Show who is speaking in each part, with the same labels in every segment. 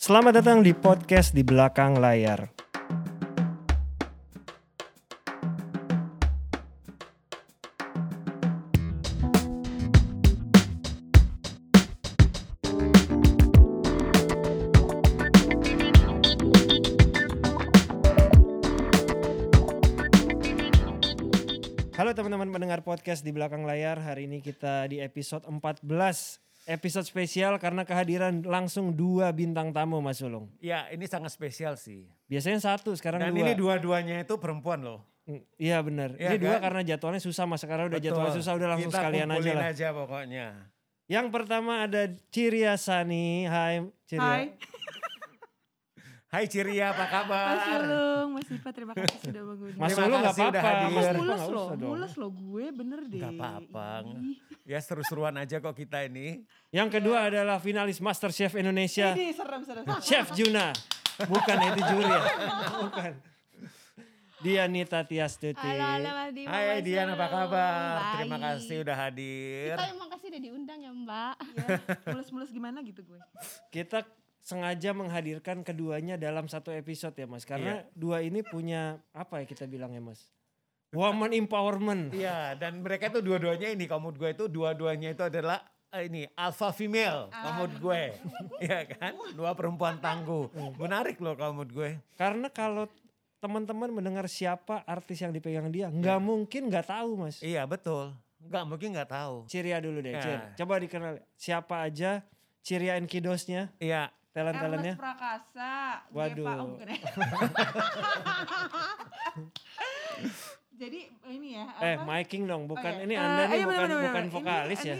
Speaker 1: Selamat datang di podcast Di Belakang Layar. Halo teman-teman pendengar podcast Di Belakang Layar. Hari ini kita di episode 14. Episode spesial karena kehadiran langsung 2 bintang tamu, Mas Sulung.
Speaker 2: Ya, ini sangat spesial sih.
Speaker 1: Biasanya 1, sekarang 2.
Speaker 2: Dan ini dua-duanya itu perempuan loh.
Speaker 1: Iya benar.
Speaker 2: Ya,
Speaker 1: Ini 2
Speaker 2: kan?
Speaker 1: karena jadwalnya susah, Mas. Sekarang udah
Speaker 2: Betul.
Speaker 1: jadwalnya susah, udah langsung
Speaker 2: Kita
Speaker 1: sekalian aja
Speaker 2: kumpulin
Speaker 1: lah.
Speaker 2: aja pokoknya.
Speaker 1: Yang pertama ada Ciria Sani. Hai Ciria.
Speaker 3: Hai,
Speaker 2: Hai Ciria, apa kabar?
Speaker 3: Mas Sulung, Mas Dipa, terima kasih sudah mengundang.
Speaker 1: Mas
Speaker 2: Terima
Speaker 1: Sulung gak
Speaker 2: kasih udah
Speaker 1: apa-apa.
Speaker 2: hadir.
Speaker 3: Mas
Speaker 1: Dipa
Speaker 3: mulus
Speaker 1: nggak
Speaker 3: loh,
Speaker 1: usah dong.
Speaker 3: mulus loh gue bener deh.
Speaker 2: Gak apa-apa.
Speaker 3: Ih.
Speaker 2: Ya seru-seruan aja kok kita ini.
Speaker 1: Yang kedua adalah finalis MasterChef Indonesia,
Speaker 3: Ini serem.
Speaker 1: Chef Juna. Bukan itu juri ya. Bukan. Dianita Tiastuti.
Speaker 4: Halo Mas Dipa.
Speaker 2: Hai
Speaker 4: Mas
Speaker 2: Dian, apa
Speaker 4: Sulung.
Speaker 2: kabar?
Speaker 4: Baik.
Speaker 2: Terima kasih udah hadir.
Speaker 4: Kita emang kasih udah diundang ya Mbak.
Speaker 3: Ya, mulus-mulus gimana gitu gue.
Speaker 1: Kita sengaja menghadirkan keduanya dalam satu episode ya Mas. Karena
Speaker 2: Iya.
Speaker 1: dua ini punya apa ya kita bilang ya Mas. Woman empowerment.
Speaker 2: Iya, dan mereka tuh dua-duanya ini, kalau menurut gue itu dua-duanya itu adalah ini alpha female, kalau menurut gue. Iya kan? 2 perempuan tangguh. Menarik loh kalau menurut gue.
Speaker 1: Karena kalau teman-teman mendengar siapa artis yang dipegang dia, nggak mungkin nggak tahu Mas.
Speaker 2: Iya betul. Nggak mungkin nggak tahu.
Speaker 1: Ciria dulu deh,
Speaker 2: Ya.
Speaker 1: Cir. Coba dikenal siapa aja Ciria and Kidosnya,
Speaker 2: Iya.
Speaker 1: talent-talentnya.
Speaker 3: Ernest Prakasa.
Speaker 1: Waduh.
Speaker 3: Gepa, bukan ya. Jadi ini ya.
Speaker 1: Miking dong, bukan
Speaker 3: Oh, iya.
Speaker 1: ini Anda nih
Speaker 3: Iya,
Speaker 1: bukan
Speaker 3: bener.
Speaker 1: bukan
Speaker 3: Ini-
Speaker 1: vokalis ya.
Speaker 3: ini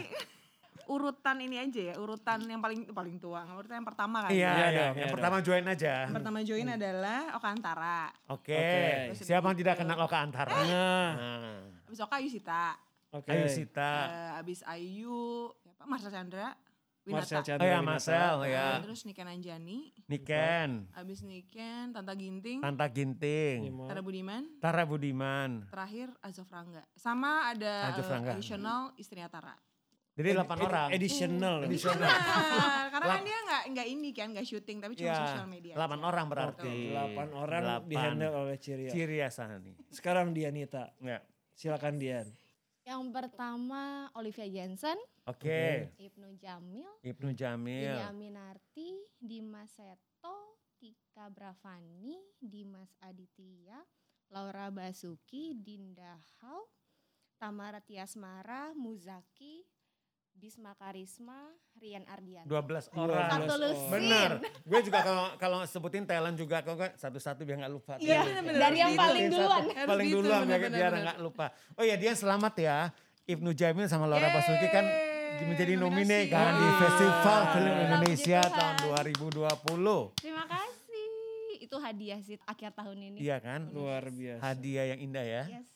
Speaker 3: urutan ini aja ya, urutan yang paling tua. Urutan yang pertama kan.
Speaker 2: Iya,
Speaker 1: Iya
Speaker 2: iya.
Speaker 1: dong,
Speaker 2: Yang
Speaker 1: iya
Speaker 2: pertama join aja.
Speaker 3: Yang pertama join adalah Oka Antara.
Speaker 2: Oke.
Speaker 1: Oke.
Speaker 2: Siapa yang tidak kenal Oka Antara?
Speaker 1: Nah,
Speaker 2: Nah.
Speaker 3: Abis Oka Ayu Sita.
Speaker 1: oke.
Speaker 2: Ayu Sita.
Speaker 3: Abis Ayu, siapa? Marcel Chandra.
Speaker 1: Marcel
Speaker 3: Winata.
Speaker 1: Chandra.
Speaker 2: Oh ya
Speaker 1: Winata.
Speaker 2: Marcel ya.
Speaker 3: Terus Niken Anjani.
Speaker 2: Niken.
Speaker 3: Abis Niken, Tanta Ginting.
Speaker 2: Tanta Ginting.
Speaker 1: Ima.
Speaker 3: Tara Budiman.
Speaker 2: Tara Budiman.
Speaker 3: Terakhir Azof Rangga. Sama ada
Speaker 2: Azof Rangga.
Speaker 3: additional istrinya Tara.
Speaker 2: Jadi 8 orang.
Speaker 1: Additional.
Speaker 3: Benar, karena kan dia nggak ini kan, nggak syuting tapi cuma
Speaker 2: Ya,
Speaker 3: sosial media.
Speaker 2: 8 orang berarti.
Speaker 1: 8 orang
Speaker 2: 8.
Speaker 1: dihandle oleh Ciria.
Speaker 2: Ciria Sani.
Speaker 1: Sekarang Dianita.
Speaker 2: Ya.
Speaker 1: Silakan Dian.
Speaker 4: Yang pertama Olivia Jensen,
Speaker 2: Oke.
Speaker 4: Ibnu Jamil,
Speaker 2: Ibnu Jamil.
Speaker 4: Dini Aminarti, Dimas Seto, Tika Bravani, Dimas Aditya, Laura Basuki, Dinda Hau, Tamara Tiasmara, Muzaki, Bisma Karisma, Rian Ardian.
Speaker 2: 12
Speaker 1: 12
Speaker 2: orang.
Speaker 4: Satu
Speaker 1: orang.
Speaker 4: lusin.
Speaker 2: Bener. Gue juga kalau sebutin talent juga kalau nggak satu-satu biar nggak lupa.
Speaker 3: Iya,
Speaker 2: Talent.
Speaker 3: bener.
Speaker 4: Dari yang
Speaker 3: Harus
Speaker 4: paling
Speaker 3: gitu.
Speaker 4: duluan.
Speaker 3: Harus
Speaker 2: Paling
Speaker 3: gitu,
Speaker 2: duluan
Speaker 3: bener-bener.
Speaker 2: biar nggak lupa. Oh ya dia selamat ya. Ibnu Jamil sama Laura Basuki kan menjadi nomine
Speaker 3: Nominasi.
Speaker 2: kan di
Speaker 3: Wah.
Speaker 2: Festival Film
Speaker 4: Puji
Speaker 2: Indonesia
Speaker 4: Tuhan.
Speaker 2: tahun 2020.
Speaker 4: Terima kasih. Itu hadiah sih akhir tahun ini.
Speaker 2: Iya kan?
Speaker 1: Luar biasa.
Speaker 2: Hadiah yang indah ya.
Speaker 4: Yes.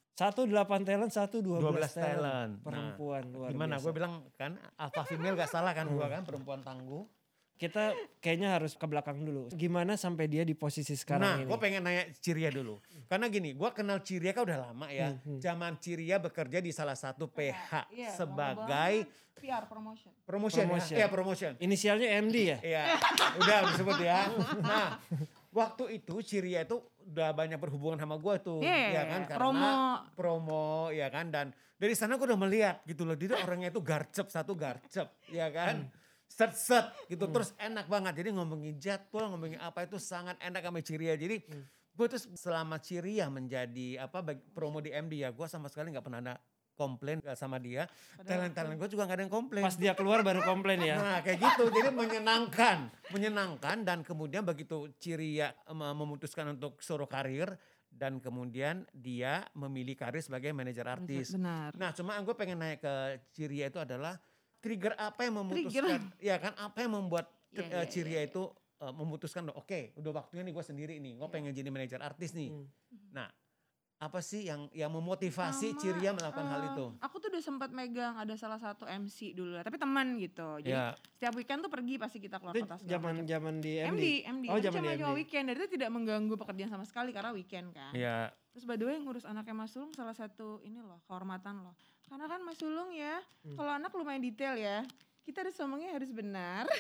Speaker 1: 1 8 talent, 1 12
Speaker 2: 12
Speaker 1: talent.
Speaker 2: talent.
Speaker 1: Perempuan luar
Speaker 2: Gimana?
Speaker 1: biasa.
Speaker 2: Gue bilang kan alpha female gak salah kan gue kan perempuan tangguh.
Speaker 1: Kita kayaknya harus ke belakang dulu. Gimana sampai dia di posisi
Speaker 2: Nah,
Speaker 1: sekarang ini?
Speaker 2: gue pengen nanya Ciria dulu. Karena gini, gue kenal Ciria kan udah lama ya. Zaman Ciria bekerja di salah satu PH
Speaker 3: Iya,
Speaker 2: sebagai
Speaker 3: PR promotion.
Speaker 2: promotion.
Speaker 1: Promotion.
Speaker 2: Ya, promotion.
Speaker 1: Inisialnya MD ya?
Speaker 2: Iya, udah disebut ya. Nah, waktu itu Ciria itu udah banyak berhubungan sama gue tuh.
Speaker 3: Iya,
Speaker 2: ya kan? Karena promo ya kan. Dan dari sana gue udah melihat gitu loh. Dia tuh orangnya itu garcep, satu garcep ya kan. Set gitu terus enak banget. Jadi ngomongin jadwal, ngomongin apa itu sangat enak sama Ciria. Jadi gue tuh selama Ciria menjadi promo di MD ya. Gue sama sekali gak pernah ada komplain sama dia. Talent-talent gue juga gak ada yang komplain.
Speaker 1: Pas dia keluar baru komplain ya?
Speaker 2: Nah kayak gitu, jadi menyenangkan dan kemudian begitu Ciria memutuskan untuk suruh karir dan kemudian dia memilih karir sebagai manajer artis.
Speaker 3: Benar.
Speaker 2: Nah cuma gue pengen nanya ke Ciria itu adalah trigger apa yang memutuskan, ya kan apa yang membuat
Speaker 3: Iya,
Speaker 2: Ciria itu memutuskan oke udah waktunya nih gue sendiri nih, gue pengen jadi manajer artis nih. Nah apa sih yang memotivasi
Speaker 3: Sama,
Speaker 2: Ciria melakukan hal itu?
Speaker 3: Aku tuh udah sempat megang ada salah satu MC dulu, tapi teman gitu. Jadi
Speaker 2: Ya.
Speaker 3: setiap weekend tuh pergi pasti kita keluar
Speaker 1: Itu
Speaker 3: kota. segala macam.
Speaker 1: zaman di MD?
Speaker 3: MD.
Speaker 1: Oh
Speaker 3: Itu
Speaker 1: zaman di
Speaker 3: cuma
Speaker 1: MD.
Speaker 3: weekend, dan itu tidak mengganggu pekerjaan sama sekali karena weekend kan.
Speaker 2: Ya.
Speaker 3: Terus by the way ngurus anaknya Mas Sulung salah satu ini loh, kehormatan loh. Karena kan Mas Sulung ya, kalau anak lumayan detail ya. Kita harus ngomongnya harus benar.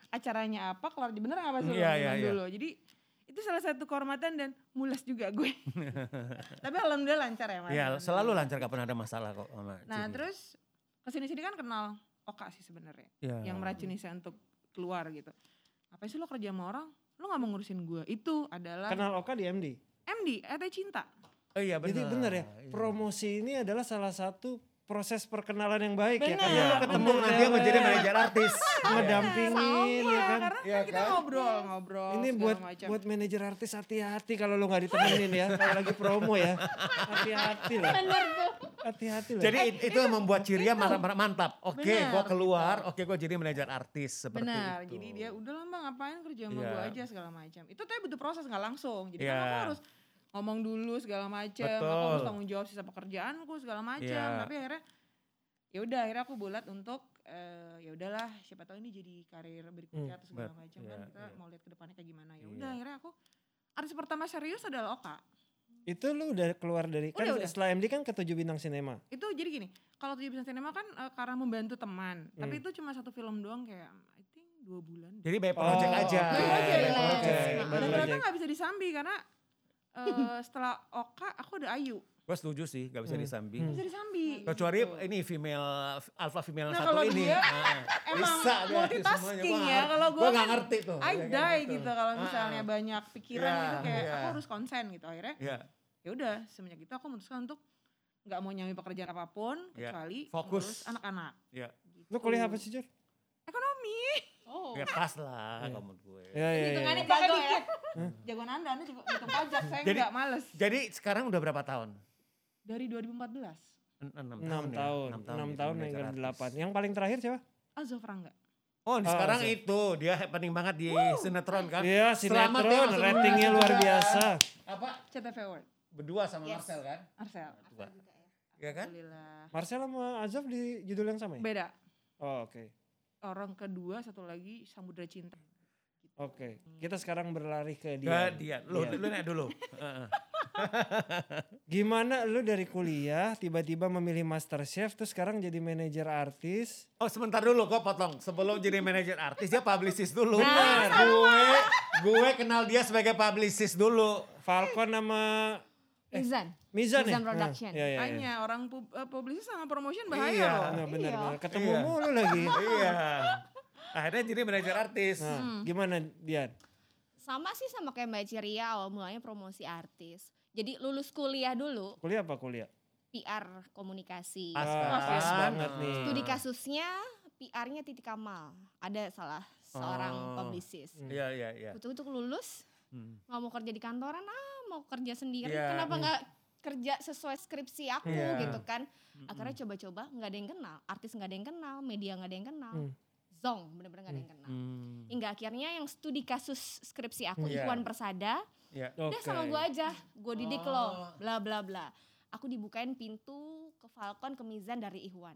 Speaker 3: acaranya apa, kelar bener nggak Mas Sulung?
Speaker 2: Iya,
Speaker 3: Bilang
Speaker 2: iya.
Speaker 3: dulu. Jadi itu salah satu kehormatan dan mules juga gue. Tapi alhamdulillah lancar ya Mas.
Speaker 2: Iya, selalu lancar, gak pernah ada masalah kok sama
Speaker 3: Nah
Speaker 2: Ciri.
Speaker 3: terus kesini-sini kan kenal Oka sih sebenarnya,
Speaker 2: Iya.
Speaker 3: yang meracuni saya untuk keluar gitu. Apa sih lo kerja sama orang, lo nggak mau ngurusin gue? Itu adalah
Speaker 1: Kenal Oka di MD.
Speaker 3: MD, Cinta.
Speaker 2: Oh iya benar.
Speaker 1: Jadi bener ya,
Speaker 2: Iya.
Speaker 1: promosi ini adalah salah satu proses perkenalan yang baik ya.
Speaker 3: Bener.
Speaker 1: Karena
Speaker 2: Iya,
Speaker 1: lu ketemu
Speaker 2: untung nanti dia
Speaker 1: cewek,
Speaker 2: menjadi manajer artis.
Speaker 1: ngedampingin ya kan.
Speaker 3: Karena
Speaker 2: Iya
Speaker 3: kita
Speaker 2: kan?
Speaker 3: ngobrol
Speaker 1: Ini
Speaker 3: segala
Speaker 1: buat
Speaker 3: macam.
Speaker 1: buat manajer artis hati-hati kalau lu nggak ditemenin ya. Kalau lagi promo ya, hati-hati lah.
Speaker 4: Bener tuh.
Speaker 1: Hati-hati lah.
Speaker 2: Jadi itu yang membuat Ciria mantap. Oke,
Speaker 3: Benar,
Speaker 2: gue keluar, oke gue jadi manajer artis seperti
Speaker 3: Benar,
Speaker 2: itu.
Speaker 3: jadi dia udah lah mbak ngapain kerja sama
Speaker 2: Iya.
Speaker 3: gue aja segala macam. Itu tapi butuh proses nggak langsung. Jadi
Speaker 2: Iya.
Speaker 3: kan aku harus ngomong dulu segala macam. Aku
Speaker 2: Betul.
Speaker 3: harus tanggung jawab sisa pekerjaanku segala macam.
Speaker 2: Iya.
Speaker 3: Tapi akhirnya aku bulat untuk ya udahlah siapa tahu ini jadi karir berikutnya atau segala macam kan
Speaker 2: Iya,
Speaker 3: kita
Speaker 2: iya.
Speaker 3: mau lihat ke depannya kayak gimana. Ya
Speaker 2: Iya.
Speaker 3: udah akhirnya aku artis pertama serius adalah Oka.
Speaker 1: Itu lu udah keluar dari, kan
Speaker 3: Udah.
Speaker 1: setelah MD kan ke 7 Bintang Sinema.
Speaker 3: Itu jadi gini, kalau 7 Bintang Sinema kan karena membantu teman. Tapi itu cuma satu film doang kayak I think 2 bulan.
Speaker 2: Jadi by project
Speaker 1: Oh,
Speaker 2: aja.
Speaker 3: By
Speaker 1: oke,
Speaker 3: project.
Speaker 1: by project,
Speaker 4: By
Speaker 1: by
Speaker 3: Dan ternyata
Speaker 1: project.
Speaker 3: gak bisa disambi karena setelah Oka aku ada Ayu.
Speaker 2: Gue setuju sih, gak bisa disambi.
Speaker 3: Gak bisa disambi.
Speaker 2: Kecuali
Speaker 3: Gitu.
Speaker 2: ini alpha female
Speaker 3: Nah,
Speaker 2: satu
Speaker 3: kalau
Speaker 2: ini.
Speaker 3: dia
Speaker 2: Nah,
Speaker 3: emang
Speaker 2: bisa dia
Speaker 3: multitasking
Speaker 2: semuanya.
Speaker 3: ya. Kalau gue
Speaker 2: Gue
Speaker 3: kan
Speaker 2: gak ngerti tuh.
Speaker 3: I
Speaker 2: ya kan,
Speaker 3: die gitu kalau misalnya
Speaker 2: Ah,
Speaker 3: banyak pikiran
Speaker 2: Iya,
Speaker 3: gitu kayak
Speaker 2: iya.
Speaker 3: aku harus konsen gitu. Akhirnya
Speaker 2: Iya,
Speaker 3: ya udah semenjak itu aku memutuskan untuk nggak mau nyambi pekerjaan apapun
Speaker 2: Iya.
Speaker 3: kecuali
Speaker 2: Fokus.
Speaker 3: ngurus anak-anak.
Speaker 2: iya.
Speaker 3: Gitu.
Speaker 1: Lu kuliah apa sih, Jur?
Speaker 3: Ekonomi.
Speaker 4: Oh.
Speaker 2: Ya pas lah kalau menurut gue.
Speaker 1: Ya, ya,
Speaker 4: Hitungannya
Speaker 1: ya.
Speaker 4: jago ya.
Speaker 3: Jagoan anda juga hitung pajak, saya
Speaker 2: Jadi-
Speaker 3: nggak males.
Speaker 2: Jadi sekarang udah berapa tahun?
Speaker 3: Dari 2014.
Speaker 1: 6 tahun, 6
Speaker 2: ya,
Speaker 1: tahun
Speaker 2: jadi
Speaker 1: yang
Speaker 2: manajer artis.
Speaker 1: ke-8. Yang paling terakhir siapa?
Speaker 3: Azov Rangga.
Speaker 2: Oh, sekarang
Speaker 1: Azov.
Speaker 2: itu dia happening banget di sinetron kan?
Speaker 1: Iya,
Speaker 2: Selamat ya,
Speaker 1: sinetron,
Speaker 2: Mas Sulung.
Speaker 1: ratingnya luar biasa.
Speaker 2: Apa?
Speaker 3: CTV Award.
Speaker 2: Berdua sama
Speaker 4: Yes.
Speaker 2: Marcel kan?
Speaker 3: Arsel.
Speaker 2: Berdua. Iya kan?
Speaker 3: Alhamdulillah.
Speaker 1: Marcel sama Azov di judul yang sama ya?
Speaker 3: Beda.
Speaker 1: Oh, oke.
Speaker 3: Orang kedua satu lagi Samudra Cinta.
Speaker 1: Oke. Kita sekarang berlari ke
Speaker 2: Ke
Speaker 1: dia.
Speaker 2: dia. Lu naik dulu. Heeh.
Speaker 1: Gimana lu dari kuliah tiba-tiba memilih MasterChef terus sekarang jadi manajer artis?
Speaker 2: Oh sebentar dulu gue potong. Sebelum jadi manajer artis dia publicist dulu.
Speaker 1: Benar.
Speaker 2: Gue kenal dia sebagai publicist dulu.
Speaker 1: Falcon sama
Speaker 4: Mizan.
Speaker 1: Mizan ya?
Speaker 4: Mizan Production.
Speaker 1: Iya, iya, iya.
Speaker 3: Hanya orang publisis sama promotion bahaya
Speaker 2: Iya.
Speaker 3: loh.
Speaker 1: Nah, benar,
Speaker 4: Iya.
Speaker 1: benar. Ketemu
Speaker 2: Iya.
Speaker 1: mulu lagi.
Speaker 2: Iya. Akhirnya jadi manajer artis.
Speaker 1: Nah, gimana Dian?
Speaker 4: Sama sih sama kayak Mbak Ciria, awal mulanya promosi artis. Jadi lulus kuliah dulu,
Speaker 1: Kuliah apa kuliah?
Speaker 4: PR komunikasi.
Speaker 2: Pas,
Speaker 1: Pas
Speaker 2: kan?
Speaker 1: banget nih.
Speaker 4: Studi kasusnya PR-nya Titi Kamal. Ada salah seorang publicist.
Speaker 2: Iya, iya, iya.
Speaker 4: Betul-betul lulus, nggak mau kerja di kantoran, mau kerja sendiri.
Speaker 2: Iya.
Speaker 4: Kenapa nggak kerja sesuai skripsi aku
Speaker 2: Iya.
Speaker 4: gitu kan. Akhirnya coba-coba nggak ada yang kenal, artis nggak ada yang kenal, media nggak ada yang kenal. Zong bener-bener nggak ada yang kenal. Hingga akhirnya yang studi kasus skripsi aku,
Speaker 2: Iya.
Speaker 4: Ikhwan Persada,
Speaker 2: Iya.
Speaker 4: udah sama gue aja, gue didik
Speaker 2: Oh.
Speaker 4: lo, bla bla bla. Aku dibukain pintu ke Falcon, ke Mizan dari Ikhwan.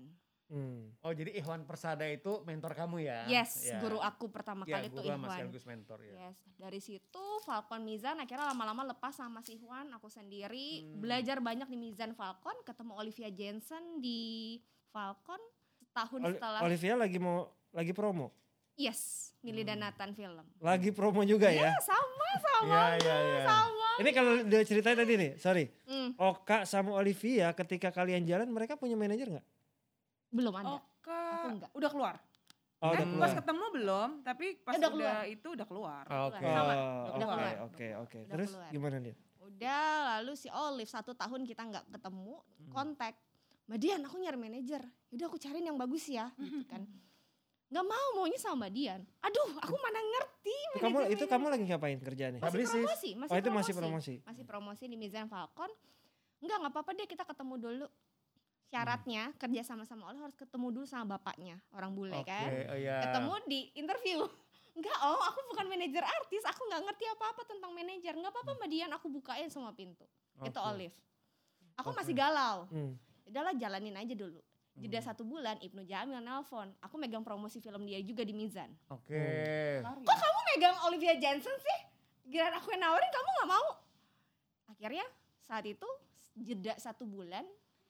Speaker 2: Oh jadi Ikhwan Persada itu mentor kamu ya?
Speaker 4: Yes,
Speaker 2: Ya.
Speaker 4: guru aku pertama
Speaker 2: Ya,
Speaker 4: kali itu
Speaker 2: guru sama
Speaker 4: Ikhwan.
Speaker 2: sekaligus mentor ya.
Speaker 4: Yes, dari situ Falcon Mizan akhirnya lama-lama lepas sama si Ikhwan, aku sendiri belajar banyak di Mizan Falcon, ketemu Olivia Jensen di Falcon setahun setelah.
Speaker 1: Olivia lagi promo.
Speaker 4: Yes, Milly dan Nathan film.
Speaker 1: Lagi promo juga ya.
Speaker 4: Sama
Speaker 2: Iya, iya, iya.
Speaker 4: sama.
Speaker 1: Ini kalau dia ceritain tadi nih, sorry.
Speaker 4: Hmm.
Speaker 1: Oka sama Olivia ketika kalian jalan mereka punya manajer nggak?
Speaker 4: Belum ada.
Speaker 3: Oka
Speaker 4: Aku enggak.
Speaker 3: udah keluar.
Speaker 1: Oh, udah
Speaker 3: Pas
Speaker 1: keluar.
Speaker 3: ketemu belum, tapi pas
Speaker 4: Udah
Speaker 3: udah,
Speaker 4: keluar.
Speaker 3: itu udah keluar.
Speaker 2: Oke.
Speaker 3: Sama.
Speaker 1: Oh,
Speaker 3: Udah
Speaker 1: oke,
Speaker 3: keluar.
Speaker 1: oke.
Speaker 4: Udah
Speaker 1: Terus
Speaker 4: keluar.
Speaker 1: gimana dia?
Speaker 4: Udah, lalu si Olive 1 tahun kita nggak ketemu, kontak. Mbak Dian, aku nyari manajer. Yaudah aku cariin yang bagus ya, gitu kan. Nggak maunya sama Mbak Dian. Aduh, aku mana ngerti.
Speaker 1: Itu kamu lagi ngapain kerjaannya?
Speaker 4: Masih
Speaker 2: Publicist.
Speaker 4: promosi,
Speaker 1: Oh, itu masih promosi.
Speaker 4: Masih promosi di Mizan Falcon. Nggak apa-apa deh kita ketemu dulu. Syaratnya kerja sama-sama Olive harus ketemu dulu sama bapaknya, orang bule
Speaker 2: Oke,
Speaker 4: kan.
Speaker 2: oh iya.
Speaker 4: Ketemu di interview. Enggak om, aku bukan manajer artis, aku nggak ngerti apa-apa tentang manajer. Nggak apa-apa Mbak Dian, aku bukain semua pintu. Itu
Speaker 2: Oke.
Speaker 4: Olive. Aku masih galau.
Speaker 1: Hmm.
Speaker 4: Udahlah jalanin aja dulu. Jeda 1 bulan Ibnu Jamil nelpon. Aku megang promosi film dia juga di Mizan.
Speaker 2: Oke.
Speaker 4: Kok kamu megang Olivia Jensen sih? Giliran aku yang nawarin kamu nggak mau. Akhirnya saat itu jeda 1 bulan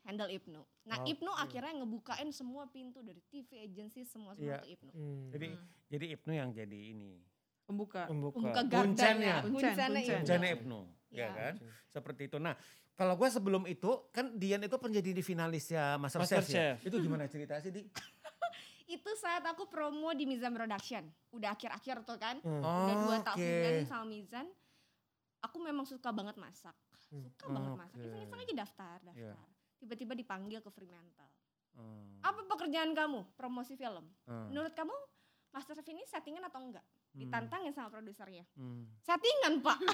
Speaker 4: handle Ibnu. Nah
Speaker 2: Oh,
Speaker 4: Ibnu akhirnya ngebukain semua pintu dari TV agency semua
Speaker 2: Iya.
Speaker 4: ke Ibnu.
Speaker 2: Jadi Ibnu yang jadi ini.
Speaker 3: Pembuka.
Speaker 4: Membuka
Speaker 2: Kuncennya.
Speaker 4: gardanya. Kuncennya
Speaker 3: Kuncen.
Speaker 4: Ibnu.
Speaker 2: Kuncinya Ibnu, ya
Speaker 4: Iya.
Speaker 2: kan? Seperti itu. Nah, kalau gue sebelum itu kan Dian itu menjadi di finalisnya MasterChef ya.
Speaker 1: MasterChef.
Speaker 2: Itu gimana cerita sih, Di?
Speaker 4: Itu saat aku promo di Mizan Production. Udah akhir-akhir tuh kan.
Speaker 1: Hmm.
Speaker 4: Udah 2
Speaker 2: Oke.
Speaker 4: tahunan sama Mizan. Aku memang suka banget masak. Suka banget masak.
Speaker 2: Oke.
Speaker 4: Iseng-iseng aja daftar.
Speaker 2: Iya.
Speaker 4: Tiba-tiba dipanggil ke Fremantle.
Speaker 2: Hmm.
Speaker 4: Apa pekerjaan kamu? Promosi film.
Speaker 2: Hmm.
Speaker 4: Menurut kamu MasterChef ini settingan atau enggak? Ditantangin sama produsernya.
Speaker 2: Hmm.
Speaker 4: Settingan pak.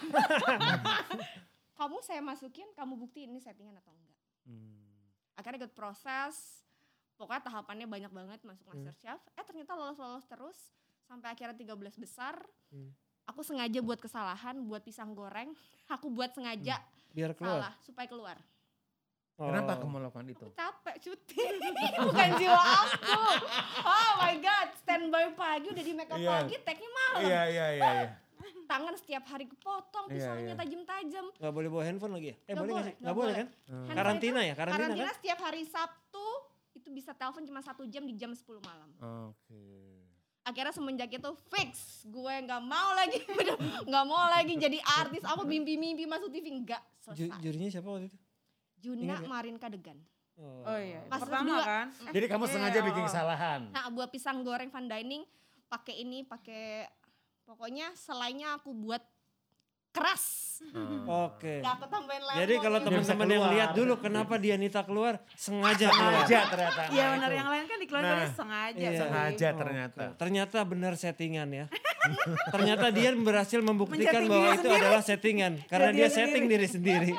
Speaker 4: Kamu saya masukin, kamu buktiin ini settingan atau enggak. Akhirnya ikut proses. Pokoknya tahapannya banyak banget masuk MasterChef. Ternyata lolos-lolos terus. Sampai akhirnya 13 besar. Aku sengaja buat kesalahan, buat pisang goreng. Aku buat sengaja
Speaker 1: Biar keluar.
Speaker 4: salah supaya keluar.
Speaker 2: Kenapa kamu melakukan itu?
Speaker 4: Aku capek cuti. Bukan jiwa aku. Oh my god, standby pagi udah di make up
Speaker 2: Iya.
Speaker 4: pagi, tag-nya malam.
Speaker 2: Iya.
Speaker 4: Tangan setiap hari kepotong, pisangnya
Speaker 2: Iya.
Speaker 4: tajam-tajam.
Speaker 1: Gak boleh bawa handphone lagi ya?
Speaker 4: Nggak
Speaker 1: Boleh nggak
Speaker 4: boleh,
Speaker 1: sih?
Speaker 4: nggak
Speaker 1: Gak boleh
Speaker 4: boleh.
Speaker 1: kan?
Speaker 4: Handphone
Speaker 1: Karantina
Speaker 4: itu-
Speaker 1: ya? Karantina kan?
Speaker 4: setiap hari Sabtu itu bisa telepon cuma 1 jam di jam 10 malam.
Speaker 2: Oke.
Speaker 4: Akhirnya semenjak itu fix, gue nggak mau lagi, nggak mau lagi jadi artis. Aku mimpi-mimpi masuk TV nggak selesai.
Speaker 1: Jurinya siapa waktu itu?
Speaker 4: Juna
Speaker 1: ingat nggak?
Speaker 4: Marinka Degan.
Speaker 3: Oh iya,
Speaker 4: Pas
Speaker 3: pertama
Speaker 4: kedua.
Speaker 3: kan.
Speaker 2: Jadi kamu
Speaker 3: Iya,
Speaker 2: sengaja
Speaker 3: oh.
Speaker 2: bikin kesalahan.
Speaker 4: Nah buat pisang goreng fine dining pakai ini, pakai pokoknya selainnya aku buat keras.
Speaker 1: Oke.
Speaker 4: Gak aku tambahin lemon.
Speaker 1: Jadi kalau
Speaker 4: gitu.
Speaker 1: teman-teman yang
Speaker 2: keluar.
Speaker 1: lihat dulu kenapa Dianita keluar sengaja keluar.
Speaker 2: Sengaja ternyata.
Speaker 3: Iya
Speaker 2: Nah,
Speaker 3: benar,
Speaker 2: itu.
Speaker 3: yang lain kan dikeluarin
Speaker 2: Nah,
Speaker 3: dari sengaja.
Speaker 1: iya.
Speaker 3: sih.
Speaker 2: Sengaja
Speaker 1: Oke.
Speaker 2: ternyata.
Speaker 1: Ternyata benar settingan ya. Ternyata dia berhasil membuktikan
Speaker 3: Menceting
Speaker 1: bahwa
Speaker 3: diri
Speaker 1: itu
Speaker 3: sendiri.
Speaker 1: adalah settingan karena
Speaker 3: Jadi
Speaker 1: dia
Speaker 3: dia
Speaker 1: setting
Speaker 3: sendiri.
Speaker 1: diri sendiri.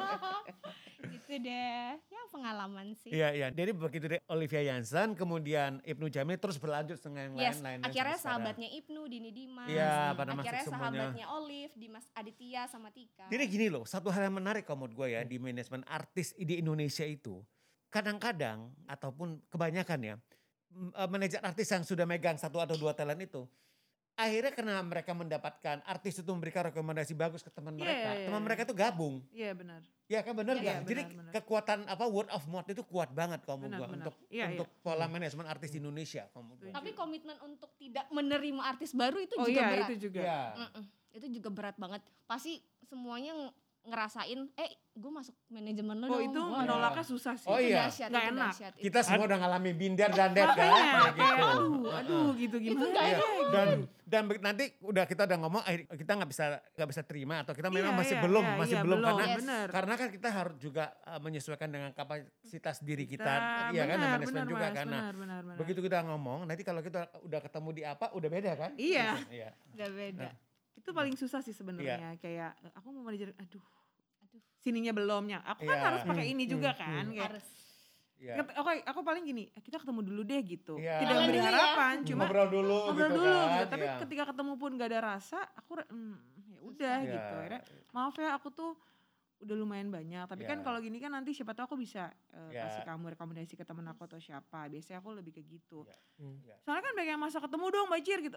Speaker 4: Gitu deh. Ya pengalaman sih.
Speaker 2: Iya. Jadi begitu deh Olivia Jansen, kemudian Ibnu Jamil terus berlanjut dengan yang
Speaker 4: Yes,
Speaker 2: lain-lain.
Speaker 4: akhirnya
Speaker 2: sampai sekarang.
Speaker 4: sahabatnya Ibnu, Dini Dimas.
Speaker 2: Iya, pada masuk
Speaker 4: akhirnya
Speaker 2: semuanya.
Speaker 4: sahabatnya Olive, Dimas Aditya sama Tika.
Speaker 2: Jadi gini loh, satu hal yang menarik kalau menurut gue ya di manajemen artis di Indonesia itu. Kadang-kadang ataupun kebanyakan ya, manajer artis yang sudah megang 1 atau 2 talent itu. Akhirnya karena mereka mendapatkan artis itu memberikan rekomendasi bagus ke teman
Speaker 3: Iya,
Speaker 2: mereka.
Speaker 3: iya,
Speaker 2: Teman
Speaker 3: iya.
Speaker 2: mereka tuh gabung.
Speaker 3: Iya benar.
Speaker 2: Ya kan bener
Speaker 3: Iya,
Speaker 2: kan?
Speaker 3: benar,
Speaker 2: Jadi
Speaker 3: benar.
Speaker 2: kekuatan word of mouth itu kuat banget kalau menurut
Speaker 3: Benar,
Speaker 2: gue
Speaker 3: benar.
Speaker 2: untuk
Speaker 3: Iya,
Speaker 2: untuk pola manajemen artis di Indonesia kalau menurut gue.
Speaker 4: Tapi komitmen untuk tidak menerima artis baru itu
Speaker 3: Oh
Speaker 4: juga
Speaker 3: iya
Speaker 4: berat.
Speaker 3: itu juga.
Speaker 2: Iya.
Speaker 4: Itu juga berat banget. Pasti semuanya ngerasain, gue masuk manajemen lo
Speaker 3: Oh
Speaker 4: dong.
Speaker 3: itu
Speaker 4: Wah,
Speaker 3: menolaknya susah sih.
Speaker 2: Oh
Speaker 4: itu
Speaker 2: iya.
Speaker 4: dahsyat,
Speaker 3: Nggak
Speaker 4: itu
Speaker 3: enak.
Speaker 4: dahsyat.
Speaker 2: Kita semua udah ngalamin binder dan dead kan.
Speaker 3: Makanya
Speaker 2: Kayak
Speaker 3: kayak
Speaker 2: gitu.
Speaker 3: aduh gitu gimana.
Speaker 4: nggak
Speaker 2: Iya.
Speaker 4: enak.
Speaker 2: Nanti udah kita udah ngomong kita nggak bisa terima atau kita memang
Speaker 3: Iya,
Speaker 2: masih
Speaker 3: iya,
Speaker 2: belum
Speaker 3: iya,
Speaker 2: masih
Speaker 3: iya,
Speaker 2: belum
Speaker 3: belum,
Speaker 2: karena
Speaker 3: bener.
Speaker 2: karena kan kita harus juga menyesuaikan dengan kapasitas diri kita ya kan dan
Speaker 3: benar,
Speaker 2: manajemen
Speaker 3: benar,
Speaker 2: juga
Speaker 3: Mas,
Speaker 2: karena
Speaker 3: benar.
Speaker 2: begitu kita ngomong nanti kalau kita udah ketemu di apa udah beda kan?
Speaker 3: Iya.
Speaker 2: Iya.
Speaker 4: Udah beda.
Speaker 3: Itu paling susah sih sebenarnya. Kayak aku mau manajer, aduh sininya belumnya. Aku kan
Speaker 2: Iya.
Speaker 3: harus pakai ini juga kan. Kayak,
Speaker 4: Harus.
Speaker 2: Iya.
Speaker 3: Oke, aku paling gini, kita ketemu dulu deh gitu.
Speaker 2: Iya.
Speaker 3: Tidak
Speaker 4: Jalan
Speaker 3: memberi
Speaker 4: dulu ya.
Speaker 3: harapan, cuma
Speaker 2: Ngobrol dulu
Speaker 3: ngobrol
Speaker 2: gitu
Speaker 3: dulu
Speaker 2: kan.
Speaker 3: gitu. Tapi
Speaker 2: Iya.
Speaker 3: ketika ketemu pun gak ada rasa, aku ya udah
Speaker 2: Iya.
Speaker 3: gitu. Akhirnya maaf ya aku tuh udah lumayan banyak. Tapi kan
Speaker 2: Iya.
Speaker 3: kalau gini kan nanti siapa tahu aku bisa
Speaker 2: Iya.
Speaker 3: kasih kamu rekomendasi ke temen aku atau siapa. Biasanya aku lebih kayak gitu.
Speaker 2: Iya.
Speaker 3: Soalnya kan banyak yang masa ketemu dong Bajir gitu.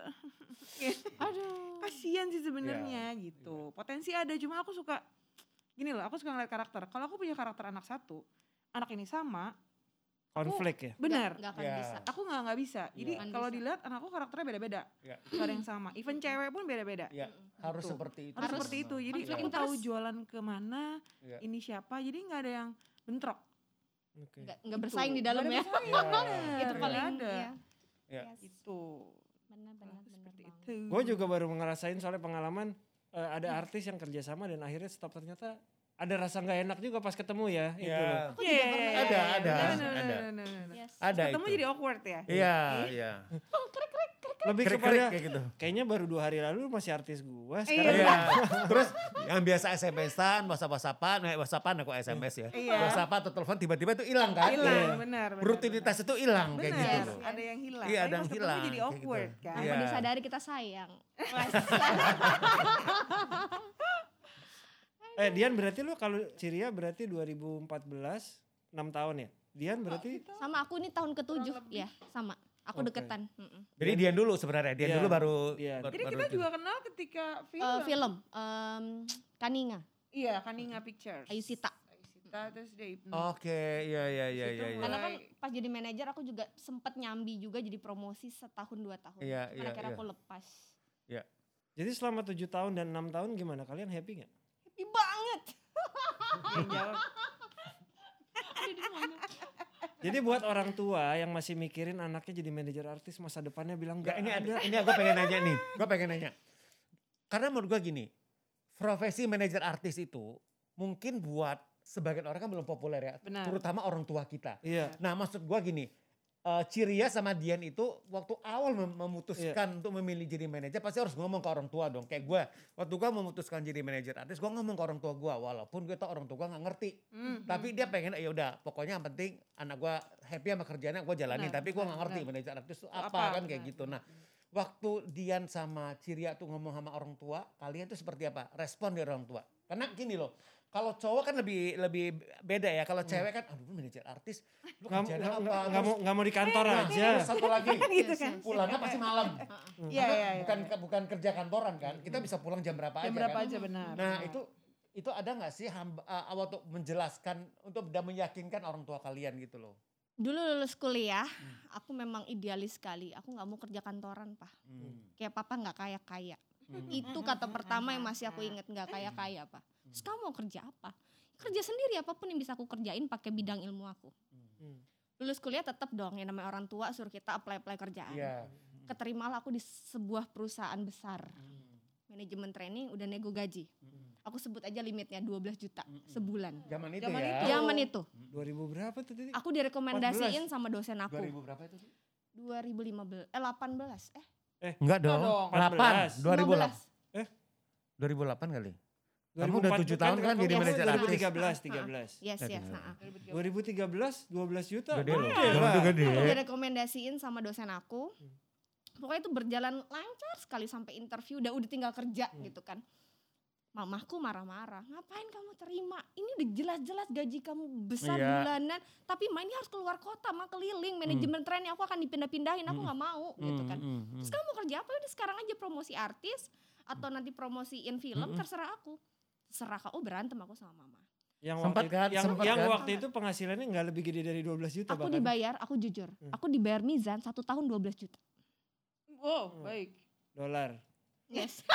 Speaker 4: Aduh.
Speaker 3: Kasian sih sebenarnya gitu. Potensi ada cuma aku suka gini loh, aku suka ngeliat karakter. Kalau aku punya karakter anak satu, anak ini sama,
Speaker 1: Konflik ya.
Speaker 3: benar.
Speaker 4: Gak akan
Speaker 2: Iya.
Speaker 4: bisa.
Speaker 3: Aku nggak bisa. Jadi
Speaker 4: Iya.
Speaker 3: kalau
Speaker 4: Bisa.
Speaker 3: dilihat anakku karakternya beda-beda.
Speaker 2: Iya.
Speaker 3: Gak ada yang sama. Even cewek pun beda-beda.
Speaker 2: Iya. Harus
Speaker 3: Gitu.
Speaker 2: seperti itu.
Speaker 3: Harus seperti itu. Jadi
Speaker 4: Konflik
Speaker 3: aku tahu
Speaker 4: interest.
Speaker 3: jualan kemana,
Speaker 2: Iya.
Speaker 3: ini siapa. Jadi nggak ada yang bentrok.
Speaker 1: Oke.
Speaker 4: Nggak bersaing di dalam
Speaker 3: Nggak
Speaker 4: ya.
Speaker 3: ada bersaing,
Speaker 2: Iya.
Speaker 3: bener.
Speaker 4: Itu
Speaker 3: Nggak
Speaker 4: paling
Speaker 3: ada.
Speaker 4: ya.
Speaker 2: Iya.
Speaker 4: Yes.
Speaker 3: Itu.
Speaker 4: Benar-benar
Speaker 3: Aku seperti
Speaker 4: banget.
Speaker 3: itu.
Speaker 1: Gue juga baru ngerasain soalnya pengalaman ada artis yang kerja sama dan akhirnya stop ternyata ada rasa nggak enak juga pas ketemu ya. Itu loh.
Speaker 2: Iya.
Speaker 4: Aku juga pernah.
Speaker 2: Ada,
Speaker 3: Bener,
Speaker 2: ada.
Speaker 3: bener, bener.
Speaker 4: Yes.
Speaker 2: Ada
Speaker 3: Ketemu
Speaker 2: itu.
Speaker 3: jadi awkward ya.
Speaker 2: Iya, iya.
Speaker 1: Lebih
Speaker 2: Krik-krik
Speaker 1: kepada
Speaker 2: kayak gitu.
Speaker 1: kayaknya baru 2 hari lalu masih artis gua
Speaker 3: Iya.
Speaker 1: sekarang.
Speaker 2: Iya. Terus yang biasa SMS-an, WhatsApp-an aku SMS ya.
Speaker 3: Iya.
Speaker 2: WhatsApp atau telepon tiba-tiba itu hilang kan?
Speaker 3: Hilang,
Speaker 1: Iya.
Speaker 3: benar.
Speaker 2: Rutinitas itu hilang kayak gitu
Speaker 3: Benar,
Speaker 2: loh.
Speaker 3: ada yang hilang.
Speaker 2: Iya,
Speaker 3: Tapi
Speaker 2: ada yang
Speaker 3: pas ketemu
Speaker 2: hilang,
Speaker 3: jadi
Speaker 2: kayak
Speaker 3: awkward
Speaker 2: gitu.
Speaker 3: kan.
Speaker 2: Iya.
Speaker 4: Tanpa disadari kita sayang.
Speaker 1: Dian berarti lu kalau Ciria berarti 2014 6 tahun ya. Dian berarti
Speaker 4: Sama aku ini tahun ke-7 ya, sama. Aku
Speaker 1: Oke.
Speaker 4: deketan.
Speaker 2: Jadi Dian dulu sebenarnya, Dian
Speaker 1: Iya,
Speaker 2: dulu baru.
Speaker 1: Dian.
Speaker 2: baru-
Speaker 3: Jadi
Speaker 2: baru
Speaker 3: kita
Speaker 2: itu.
Speaker 3: juga kenal ketika film.
Speaker 4: Film Kaninga,
Speaker 3: Iya, Kaninga Pictures.
Speaker 4: Ayu Sita.
Speaker 3: kita terus dia hipno.
Speaker 2: Oke, iya.
Speaker 4: Karena kan pas jadi manajer aku juga sempet nyambi juga jadi promosi setahun 2 tahun.
Speaker 2: Iya,
Speaker 4: Cuman akhirnya aku lepas.
Speaker 1: Jadi selama 7 tahun dan 6 tahun gimana? Kalian happy gak?
Speaker 4: Happy banget.
Speaker 3: Yang jawab.
Speaker 1: Jadi buat orang tua yang masih mikirin anaknya jadi manajer artis masa depannya bilang
Speaker 2: Enggak,
Speaker 1: gak ada.
Speaker 2: ini gue pengen nanya nih. Gue pengen nanya. Karena menurut gue gini, profesi manajer artis itu mungkin buat sebagian orang kan belum populer ya.
Speaker 3: Benar.
Speaker 2: Terutama orang tua kita.
Speaker 1: Iya.
Speaker 2: Nah maksud gue gini, Ciria sama Dian itu waktu awal memutuskan untuk memilih jadi manajer pasti harus ngomong ke orang tua dong. Kayak gue, waktu gue memutuskan jadi manajer artis, gue ngomong ke orang tua gue walaupun gue tau orang tua gue gak ngerti. Tapi dia pengen, ya udah pokoknya yang penting anak gue happy sama kerjaannya gue jalanin.
Speaker 3: Benar,
Speaker 2: tapi gue gak
Speaker 3: benar,
Speaker 2: ngerti
Speaker 3: benar.
Speaker 2: manajer artis itu
Speaker 3: Apa,
Speaker 2: apa kan kayak
Speaker 3: benar.
Speaker 2: gitu. Nah waktu Dian sama Ciria tuh ngomong sama orang tua, kalian tuh seperti apa? Respon dari orang tua. Karena gini loh, kalau cowok kan lebih beda ya. Kalau cewek kan, aduh lu manajer artis, lu kerjanya apa?
Speaker 1: Nggak mau di kantor
Speaker 2: Nah,
Speaker 1: aja.
Speaker 2: terus satu lagi,
Speaker 3: Gitu kan.
Speaker 2: pulangnya pasti malam.
Speaker 3: Iya,
Speaker 2: Karena bukan kerja kantoran kan, kita bisa pulang jam berapa aja
Speaker 3: Jam berapa
Speaker 2: kan.
Speaker 3: aja benar.
Speaker 2: Nah
Speaker 3: benar.
Speaker 2: itu ada gak sih waktu menjelaskan untuk dan meyakinkan orang tua kalian gitu loh.
Speaker 4: Dulu lulus kuliah, aku memang idealis sekali. Aku gak mau kerja kantoran, Pak. Kayak papa gak kaya-kaya. Itu kata pertama yang masih aku inget, gak kaya-kaya, Pak. Terus kamu mau kerja apa? Kerja sendiri, apapun yang bisa aku kerjain pakai bidang ilmu aku. Lulus kuliah tetap dong, yang namanya orang tua suruh kita apply kerjaan.
Speaker 2: Iya.
Speaker 4: Keterimalah aku di sebuah perusahaan besar. Manajemen training udah nego gaji. Aku sebut aja limitnya 12 juta sebulan.
Speaker 2: Zaman itu
Speaker 3: Zaman
Speaker 2: ya.
Speaker 3: itu.
Speaker 4: Zaman itu.
Speaker 1: 2000 berapa tuh tadi?
Speaker 4: Aku direkomendasiin sama dosen aku.
Speaker 2: 2000 berapa itu sih?
Speaker 4: 18.
Speaker 2: Enggak dong.
Speaker 3: dong.
Speaker 2: 8. 2008.
Speaker 4: 15.
Speaker 2: 2008 kali. Kamu udah 7 tahun kan jadi manajer artis.
Speaker 1: 2013.
Speaker 4: Yes.
Speaker 1: 2013 12 juta.
Speaker 2: Gede loh.
Speaker 1: Gede
Speaker 2: Zaman
Speaker 1: lah.
Speaker 2: itu gede.
Speaker 4: Aku direkomendasiin sama dosen aku. Pokoknya itu berjalan lancar sekali sampai interview. Udah tinggal kerja gitu kan. Mamahku marah-marah. Ngapain kamu terima? Ini udah jelas-jelas gaji kamu besar
Speaker 2: Iya.
Speaker 4: bulanan. Tapi ini harus keluar kota, mah keliling. Manajemen training aku akan dipindah-pindahin. Aku gak mau gitu kan. Terus kamu mau kerja apa? Udah sekarang aja promosi artis. Atau nanti promosiin film, terserah aku. Terserah kau, berantem aku sama mama.
Speaker 1: Yang
Speaker 2: Sempat
Speaker 1: waktu,
Speaker 2: kan,
Speaker 1: yang,
Speaker 2: sempat
Speaker 1: yang
Speaker 2: kan.
Speaker 1: waktu itu penghasilannya nggak lebih gede dari 12 juta
Speaker 4: Aku
Speaker 1: bahkan.
Speaker 4: dibayar, aku jujur. Aku dibayar mizan 1 tahun 12 juta.
Speaker 3: Wow, baik.
Speaker 1: Dolar.
Speaker 4: Yes.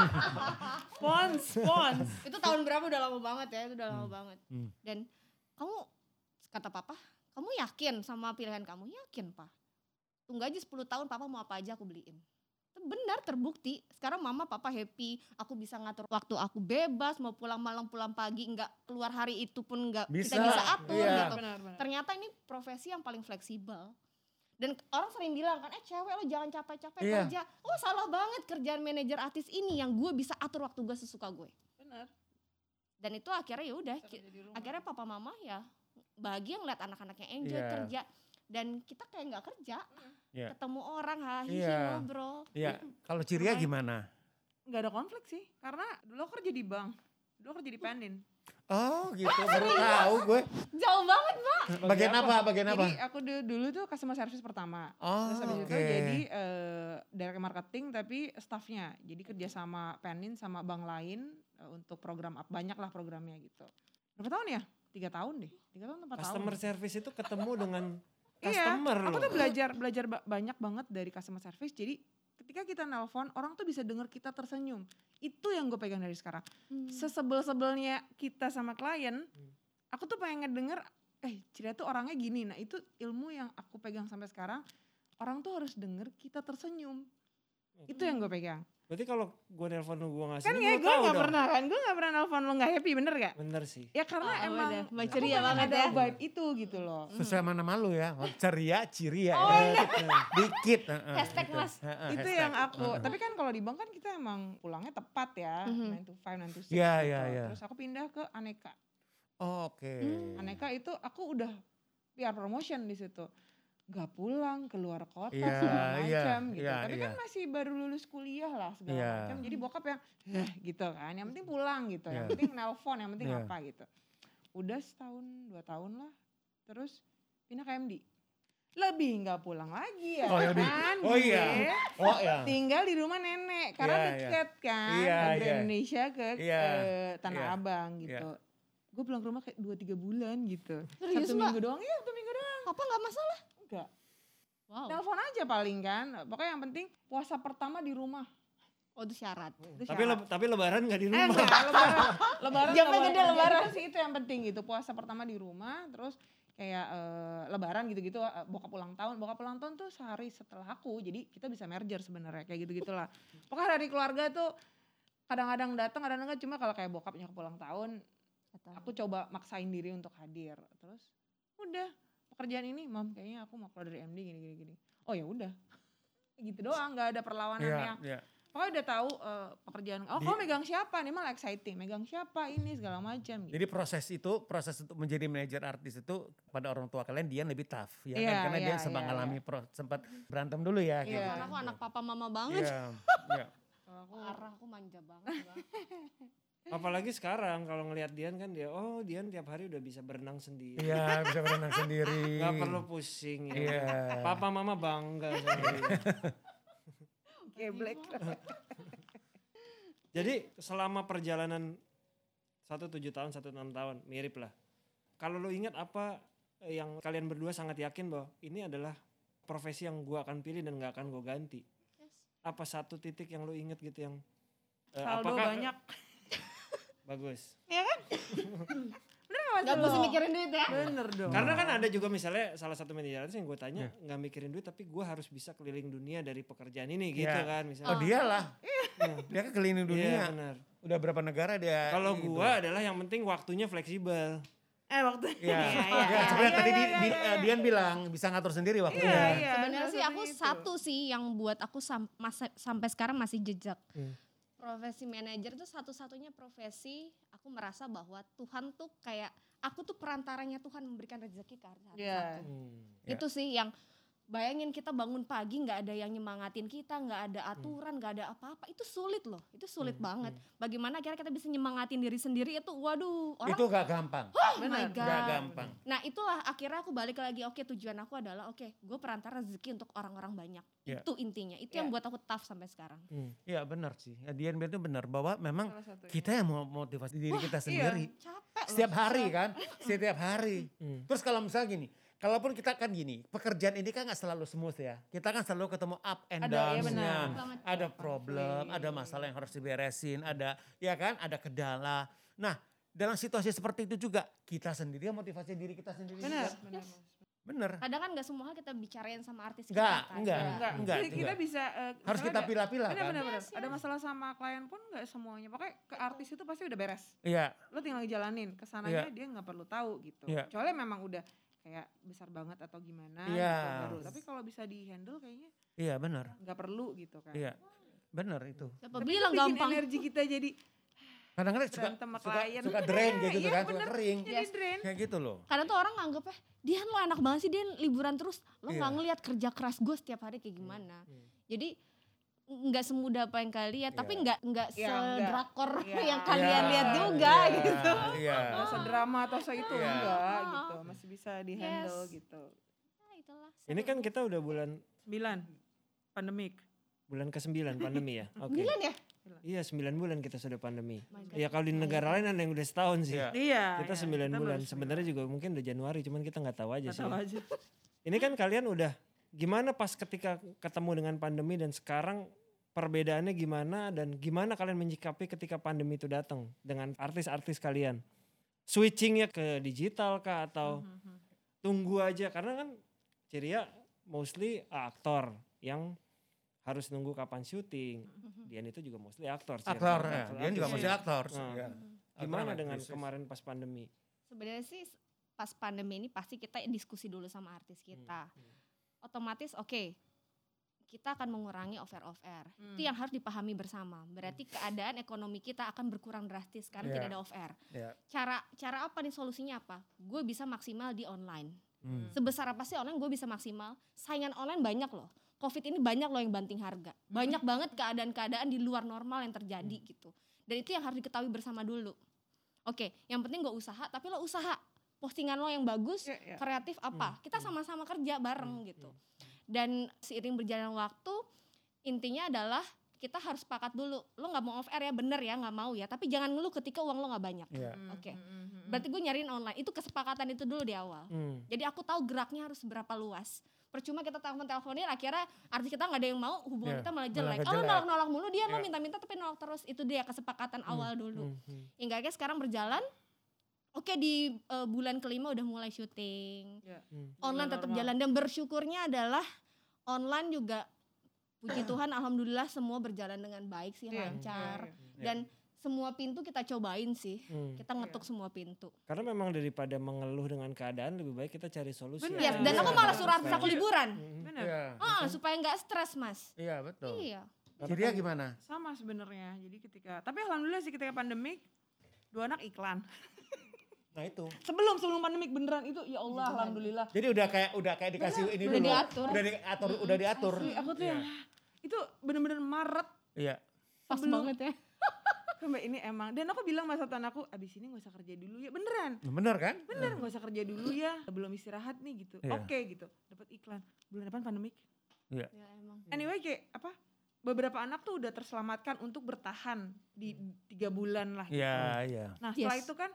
Speaker 3: Spons.
Speaker 4: Itu tahun berapa udah lama banget ya, itu udah lama banget. Dan kamu, kata papa, kamu yakin sama pilihan kamu? Yakin, Pak. Tunggu aja 10 tahun papa mau apa aja aku beliin. Benar, terbukti. Sekarang mama papa happy, aku bisa ngatur waktu aku bebas, mau pulang malam pulang pagi, nggak keluar hari itu pun nggak kita bisa atur
Speaker 2: iya.
Speaker 4: gitu.
Speaker 3: Benar.
Speaker 4: Ternyata ini profesi yang paling fleksibel. Dan orang sering bilang kan, cewek lo jangan capek-capek
Speaker 2: Iya.
Speaker 4: kerja. Oh salah banget, kerjaan manajer artis ini yang gue bisa atur waktu gue sesuka gue.
Speaker 3: Benar.
Speaker 4: Dan itu akhirnya ya udah,
Speaker 3: Bisa kerja di rumah.
Speaker 4: akhirnya papa mama ya bahagia ngeliat anak-anaknya enjoy
Speaker 2: Iya.
Speaker 4: kerja. Dan kita kayak nggak kerja,
Speaker 2: Iya.
Speaker 4: ketemu orang, hahihi,
Speaker 2: Iya.
Speaker 4: ngobrol.
Speaker 2: Iya. Kalau Ciria gimana?
Speaker 3: Nggak ada konflik sih, karena dulu aku kerja di bank, dulu aku kerja di Pendin.
Speaker 2: Oh gitu, baru tahu gue.
Speaker 4: Jauh banget, Mbak.
Speaker 2: Bagian apa?
Speaker 3: Jadi aku dulu tuh customer service pertama.
Speaker 2: Oh,
Speaker 3: Terus habis itu
Speaker 2: oke.
Speaker 3: jadi direct marketing tapi staffnya. Jadi kerja sama Pendin sama bank lain untuk program banyak lah programnya gitu. Berapa tahun ya? 3 tahun deh. 3 tahun atau 4 tahun.
Speaker 1: Customer service itu ketemu dengan
Speaker 3: Iya,
Speaker 1: customer
Speaker 3: aku
Speaker 1: loh.
Speaker 3: tuh belajar banyak banget dari customer service. Jadi ketika kita nelpon, orang tuh bisa dengar kita tersenyum. Itu yang gue pegang dari sekarang. Sesebel-sebelnya kita sama klien, aku tuh pengen ngedenger, Ciria tuh orangnya gini. Nah itu ilmu yang aku pegang sampai sekarang. Orang tuh harus denger kita tersenyum. Itu yang gue pegang.
Speaker 1: Berarti kalau gue nelpon lu gue ngasih
Speaker 3: Kan ya gue gak pernah kan, gue gak pernah nelpon lo gak happy, bener gak?
Speaker 1: Bener sih.
Speaker 3: Ya karena emang
Speaker 4: udah, Mbak
Speaker 3: aku
Speaker 4: ceria
Speaker 3: pengen
Speaker 4: banget
Speaker 3: ada
Speaker 4: ya.
Speaker 3: vibe itu gitu loh.
Speaker 2: Sesuai sama nama lu ya, ceria, ciria.
Speaker 4: Oh,
Speaker 2: ya. Dikit.
Speaker 4: Hashtag, Mas.
Speaker 3: Itu yang aku, tapi kan kalau di bank kan kita emang pulangnya tepat ya, 9 to 5, 9 to 6
Speaker 2: Iya,
Speaker 3: gitu.
Speaker 2: iya, iya.
Speaker 3: Terus aku pindah ke Aneka.
Speaker 2: Oke.
Speaker 3: Aneka itu aku udah PR promotion di situ. Gak pulang, keluar kota
Speaker 2: Iya,
Speaker 3: segala
Speaker 2: iya,
Speaker 3: macam gitu.
Speaker 2: iya,
Speaker 3: Tapi kan masih baru lulus kuliah lah segala
Speaker 2: Iya.
Speaker 3: macam. Jadi bokap yang gitu kan. Yang penting pulang gitu.
Speaker 2: Iya.
Speaker 3: Yang penting nelpon, yang penting
Speaker 2: Iya.
Speaker 3: apa gitu. Udah setahun, 2 tahun lah. Terus pindah ke MD. Lebih gak pulang lagi ya
Speaker 2: Oh, ya,
Speaker 3: kan.
Speaker 2: oh iya.
Speaker 3: Gue
Speaker 2: Oh ya.
Speaker 3: tinggal di rumah nenek. Karena
Speaker 2: Iya, iya.
Speaker 3: deket kan.
Speaker 2: Iya,
Speaker 3: dari
Speaker 2: iya.
Speaker 3: Indonesia ke
Speaker 2: Iya,
Speaker 3: Tanah
Speaker 2: iya,
Speaker 3: Abang gitu. gue pulang ke rumah kayak 2-3 bulan gitu.
Speaker 4: Serius,
Speaker 3: Satu
Speaker 4: Mbak?
Speaker 3: minggu doang, iya 1 minggu doang.
Speaker 4: Apa nggak masalah?
Speaker 3: Enggak.
Speaker 4: Wow.
Speaker 3: Telepon aja paling kan. Pokoknya yang penting puasa pertama di rumah.
Speaker 4: Oh itu syarat.
Speaker 3: Itu
Speaker 1: Tapi
Speaker 3: syarat.
Speaker 1: tapi lebaran gak di rumah.
Speaker 3: Enggak, lebaran
Speaker 4: Jamnya
Speaker 3: nggak
Speaker 4: gede
Speaker 3: boleh.
Speaker 4: lebaran.
Speaker 3: Itu sih itu yang penting gitu. Puasa pertama di rumah, terus kayak lebaran gitu-gitu, bokap ulang tahun. Bokap ulang tahun tuh sehari setelah aku, jadi kita bisa merger sebenarnya kayak gitu-gitulah. Pokoknya dari keluarga tuh kadang-kadang datang, kadang-kadang enggak. Cuma kalau kayak bokap nyokap ulang tahun, aku coba maksain diri untuk hadir. Terus udah pekerjaan ini, Mam, kayaknya aku mau keluar dari MD gini. Oh ya udah. Gitu doang, nggak ada perlawanan yang pokoknya udah tahu pekerjaan. Oh, kamu megang siapa? Nih malah exciting. Megang siapa ini segala macam gitu.
Speaker 2: Jadi proses untuk menjadi manajer artis itu pada orang tua kalian dia lebih tough ya
Speaker 3: Iya,
Speaker 2: kan, karena
Speaker 3: iya,
Speaker 2: dia sempat
Speaker 3: iya,
Speaker 2: ngalami sempat berantem dulu ya.
Speaker 3: Iya.
Speaker 4: Karena aku anak papa mama banget.
Speaker 2: Iya, iya.
Speaker 3: Kalau aku
Speaker 4: Parah, aku manja banget. Bang.
Speaker 1: Apalagi sekarang kalau ngelihat Dian kan Dian tiap hari udah bisa berenang sendiri.
Speaker 2: Iya, bisa berenang sendiri.
Speaker 1: Gak perlu pusing ya.
Speaker 2: Iya.
Speaker 1: Papa mama bangga sama dia.
Speaker 3: geblek.
Speaker 1: Jadi selama perjalanan 7 tahun, 6 tahun, mirip lah. Kalau lo ingat apa yang kalian berdua sangat yakin bahwa ini adalah profesi yang gue akan pilih dan gak akan gue ganti.
Speaker 4: Yes.
Speaker 1: Apa satu titik yang lo ingat gitu yang
Speaker 3: Saldo banyak.
Speaker 1: Bagus.
Speaker 3: Iya kan? Bener gak
Speaker 4: Gak mesti mikirin duit ya.
Speaker 3: Bener dong.
Speaker 1: Karena kan ada juga misalnya salah satu manajer artis yang gue tanya nggak mikirin duit tapi gue harus bisa keliling dunia dari pekerjaan ini gitu
Speaker 2: Iya.
Speaker 1: kan
Speaker 2: Oh
Speaker 1: misalnya.
Speaker 2: dia lah. Dia kan keliling
Speaker 1: Iya
Speaker 2: dunia.
Speaker 1: benar.
Speaker 2: Udah berapa negara dia.
Speaker 1: Kalau
Speaker 2: gitu.
Speaker 1: gue adalah yang penting waktunya fleksibel.
Speaker 3: Waktu.
Speaker 2: Iya.
Speaker 3: Iya.
Speaker 2: Sebenarnya tadi Dian bilang bisa ngatur sendiri waktunya.
Speaker 3: Iya.
Speaker 4: Sebenarnya sih aku
Speaker 3: itu.
Speaker 4: satu sih yang buat aku sampai sekarang masih jejak. Profesi manajer itu satu-satunya profesi aku merasa bahwa Tuhan tuh kayak aku tuh perantaranya Tuhan memberikan rezeki ke satu.
Speaker 3: Iya.
Speaker 2: Ya.
Speaker 4: Itu sih yang bayangin kita bangun pagi nggak ada yang nyemangatin kita, nggak ada aturan, nggak ada apa-apa. Itu sulit loh, itu sulit banget. Bagaimana akhirnya kita bisa nyemangatin diri sendiri itu, waduh orang
Speaker 2: Itu gak gampang.
Speaker 4: oh my
Speaker 3: Benar.
Speaker 4: god.
Speaker 2: Gak gampang.
Speaker 4: Nah itulah akhirnya aku balik lagi, oke tujuan aku adalah gue perantara rezeki untuk orang-orang banyak.
Speaker 2: Iya.
Speaker 4: Itu intinya, itu yang buat aku tough sampai sekarang.
Speaker 2: Iya benar sih. Ya, Dian itu benar bahwa memang
Speaker 3: Salah satunya.
Speaker 2: kita yang mau motivasi diri kita sendiri.
Speaker 4: Capek loh.
Speaker 2: Setiap hari kan, setiap hari. Terus kalau misalnya gini, kalaupun kita kan gini, pekerjaan ini kan gak selalu smooth ya. Kita kan selalu ketemu up and
Speaker 3: Ada, iya
Speaker 2: downs-nya.
Speaker 4: benar.
Speaker 2: Ada problem, ada masalah yang harus diberesin, ada ya kan, ada kendala. Nah, dalam situasi seperti itu juga kita sendiri yang motivasi diri kita sendiri.
Speaker 3: Benar.
Speaker 2: juga. Bener.
Speaker 4: Kadang kan gak semua hal kita bicarain sama artis
Speaker 2: Enggak,
Speaker 4: kita kan.
Speaker 2: enggak.
Speaker 3: Enggak.
Speaker 2: Enggak
Speaker 3: Jadi kita
Speaker 2: juga.
Speaker 3: bisa
Speaker 2: Harus kita pilah-pilah kan.
Speaker 3: Bener-bener. Ada masalah sama klien pun nggak semuanya. Pokoknya ke artis itu pasti udah beres.
Speaker 2: Iya,
Speaker 3: Lo tinggal jalanin. Kesananya dia nggak perlu tahu gitu.
Speaker 2: Iya.
Speaker 3: Kecuali memang udah kayak besar banget atau gimana
Speaker 2: Iya.
Speaker 3: gitu baru. Tapi kalau bisa di handle kayaknya
Speaker 2: iya benar.
Speaker 3: nggak perlu gitu kan.
Speaker 2: Iya, benar itu.
Speaker 4: Siapa
Speaker 3: Tapi
Speaker 4: bilang
Speaker 3: itu bikin
Speaker 4: gampang.
Speaker 3: energi kita jadi
Speaker 2: Kadang-kadang suka,
Speaker 3: berantem sama
Speaker 2: suka,
Speaker 3: klien.
Speaker 2: suka drain kayak gitu
Speaker 3: Iya,
Speaker 2: kan, suka
Speaker 3: bener.
Speaker 2: kering.
Speaker 3: jadi drain.
Speaker 2: Kayak gitu loh.
Speaker 4: Kadang tuh orang nganggep Dian lo enak banget sih, Dian liburan terus. Lo
Speaker 2: Iya.
Speaker 4: gak ngeliat kerja keras gue setiap hari kayak gimana. Jadi nggak semudah apa yang kalian lihat, tapi nggak
Speaker 3: Iya, enggak.
Speaker 4: sedrakor
Speaker 3: Iya.
Speaker 4: yang kalian lihat juga
Speaker 2: Iya,
Speaker 4: gitu.
Speaker 2: Iya.
Speaker 3: Nggak sedrama atau itu
Speaker 2: Iya.
Speaker 3: enggak gitu. Masih bisa di handle
Speaker 4: Yes.
Speaker 3: gitu.
Speaker 4: Nah, itulah.
Speaker 1: Ini kan kita udah bulan
Speaker 3: 9 pandemik.
Speaker 1: ke-9 pandemi ya. Oke.
Speaker 4: 9 ya?
Speaker 1: Iya 9 bulan kita sudah pandemi.
Speaker 4: My God.
Speaker 1: Ya kalau di negara lain ada yang udah setahun sih.
Speaker 2: Iya.
Speaker 3: Iya.
Speaker 1: Kita
Speaker 3: iya,
Speaker 1: 9
Speaker 3: kita
Speaker 1: bulan.
Speaker 3: baru
Speaker 1: Sebenarnya juga mungkin udah Januari cuman kita nggak tahu aja
Speaker 3: nggak
Speaker 1: sih.
Speaker 3: tahu aja.
Speaker 1: Ini kan kalian udah gimana pas ketika ketemu dengan pandemi dan sekarang perbedaannya gimana dan gimana kalian menyikapi ketika pandemi itu datang dengan artis-artis kalian? Switchingnya ke digital kah atau tunggu aja karena kan Ciria mostly aktor yang harus nunggu kapan syuting. Dian itu juga mostly aktor. Cir.
Speaker 2: Aktor ya. Dian juga
Speaker 1: Artis.
Speaker 2: masih aktor.
Speaker 1: Nah.
Speaker 2: Iya.
Speaker 1: Gimana
Speaker 2: Aktor,
Speaker 1: dengan
Speaker 2: aktris.
Speaker 1: kemarin pas pandemi?
Speaker 4: Sebenarnya sih pas pandemi ini pasti kita diskusi dulu sama artis kita. Otomatis oke, kita akan mengurangi off-air. Itu yang harus dipahami bersama. Berarti keadaan ekonomi kita akan berkurang drastis karena
Speaker 2: Iya.
Speaker 4: tidak ada off-air.
Speaker 2: Iya.
Speaker 4: Cara apa nih solusinya apa? Gue bisa maksimal di online.
Speaker 2: Hmm.
Speaker 4: Sebesar apa sih online gue bisa maksimal? Saingan online banyak loh. Covid ini banyak loh yang banting harga. Banyak banget keadaan-keadaan di luar normal yang terjadi gitu. Dan itu yang harus diketahui bersama dulu. Oke, yang penting gue usaha, tapi lo usaha. Postingan lo yang bagus,
Speaker 3: Iya, iya.
Speaker 4: kreatif apa? Kita sama-sama kerja bareng gitu. Dan seiring berjalan waktu, intinya adalah kita harus sepakat dulu. Lo nggak mau off air ya, bener ya, nggak mau ya. Tapi jangan ngeluh ketika uang lo nggak banyak.
Speaker 2: Iya.
Speaker 4: Oke. Berarti gue nyariin online. Itu kesepakatan itu dulu di awal. Jadi aku tahu geraknya harus berapa luas. Percuma kita teleponin, akhirnya artis kita nggak ada yang mau, hubungan kita malah jelek. Oh, nolak-nolak mulu, dia lo minta-minta tapi nolak terus. Itu dia kesepakatan awal dulu. Hingga akhirnya sekarang berjalan. Oke, di bulan kelima udah mulai syuting. Online tetap jalan, dan bersyukurnya adalah online juga puji Tuhan alhamdulillah semua berjalan dengan baik sih, lancar. Dan semua pintu kita cobain sih. Kita ngetuk semua pintu.
Speaker 1: Karena memang daripada mengeluh dengan keadaan, lebih baik kita cari solusi.
Speaker 4: Iya, dan aku malah suruh artis aku liburan.
Speaker 3: Bener.
Speaker 4: Supaya nggak stres, Mas.
Speaker 2: Iya, betul.
Speaker 4: Iya.
Speaker 2: Jadi ya gimana?
Speaker 3: Sama sebenarnya. Jadi tapi alhamdulillah sih ketika pandemik 2 anak iklan.
Speaker 2: Nah itu.
Speaker 3: Sebelum pandemik beneran itu, ya Allah alhamdulillah.
Speaker 2: Jadi udah kayak dikasih ini
Speaker 4: Udah
Speaker 2: dulu.
Speaker 4: diatur.
Speaker 2: Udah diatur.
Speaker 3: Asli, aku tuh yang itu bener-bener Maret
Speaker 2: Iya.
Speaker 4: Pas
Speaker 3: Sebelum-
Speaker 4: banget ya.
Speaker 3: sampai ini emang. Dan aku bilang sama satu anakku, abis ini gak usah kerja dulu ya. Beneran.
Speaker 2: Bener kan?
Speaker 3: Bener gak usah kerja dulu ya. Belum istirahat nih gitu.
Speaker 2: Iya.
Speaker 3: Oke gitu. Dapat iklan. Bulan depan pandemik.
Speaker 2: Iya.
Speaker 4: Ya emang.
Speaker 3: Anyway kayak apa? Beberapa anak tuh udah terselamatkan untuk bertahan di 3 bulan lah gitu.
Speaker 2: Iya, iya.
Speaker 3: Nah setelah
Speaker 4: Yes.
Speaker 3: itu kan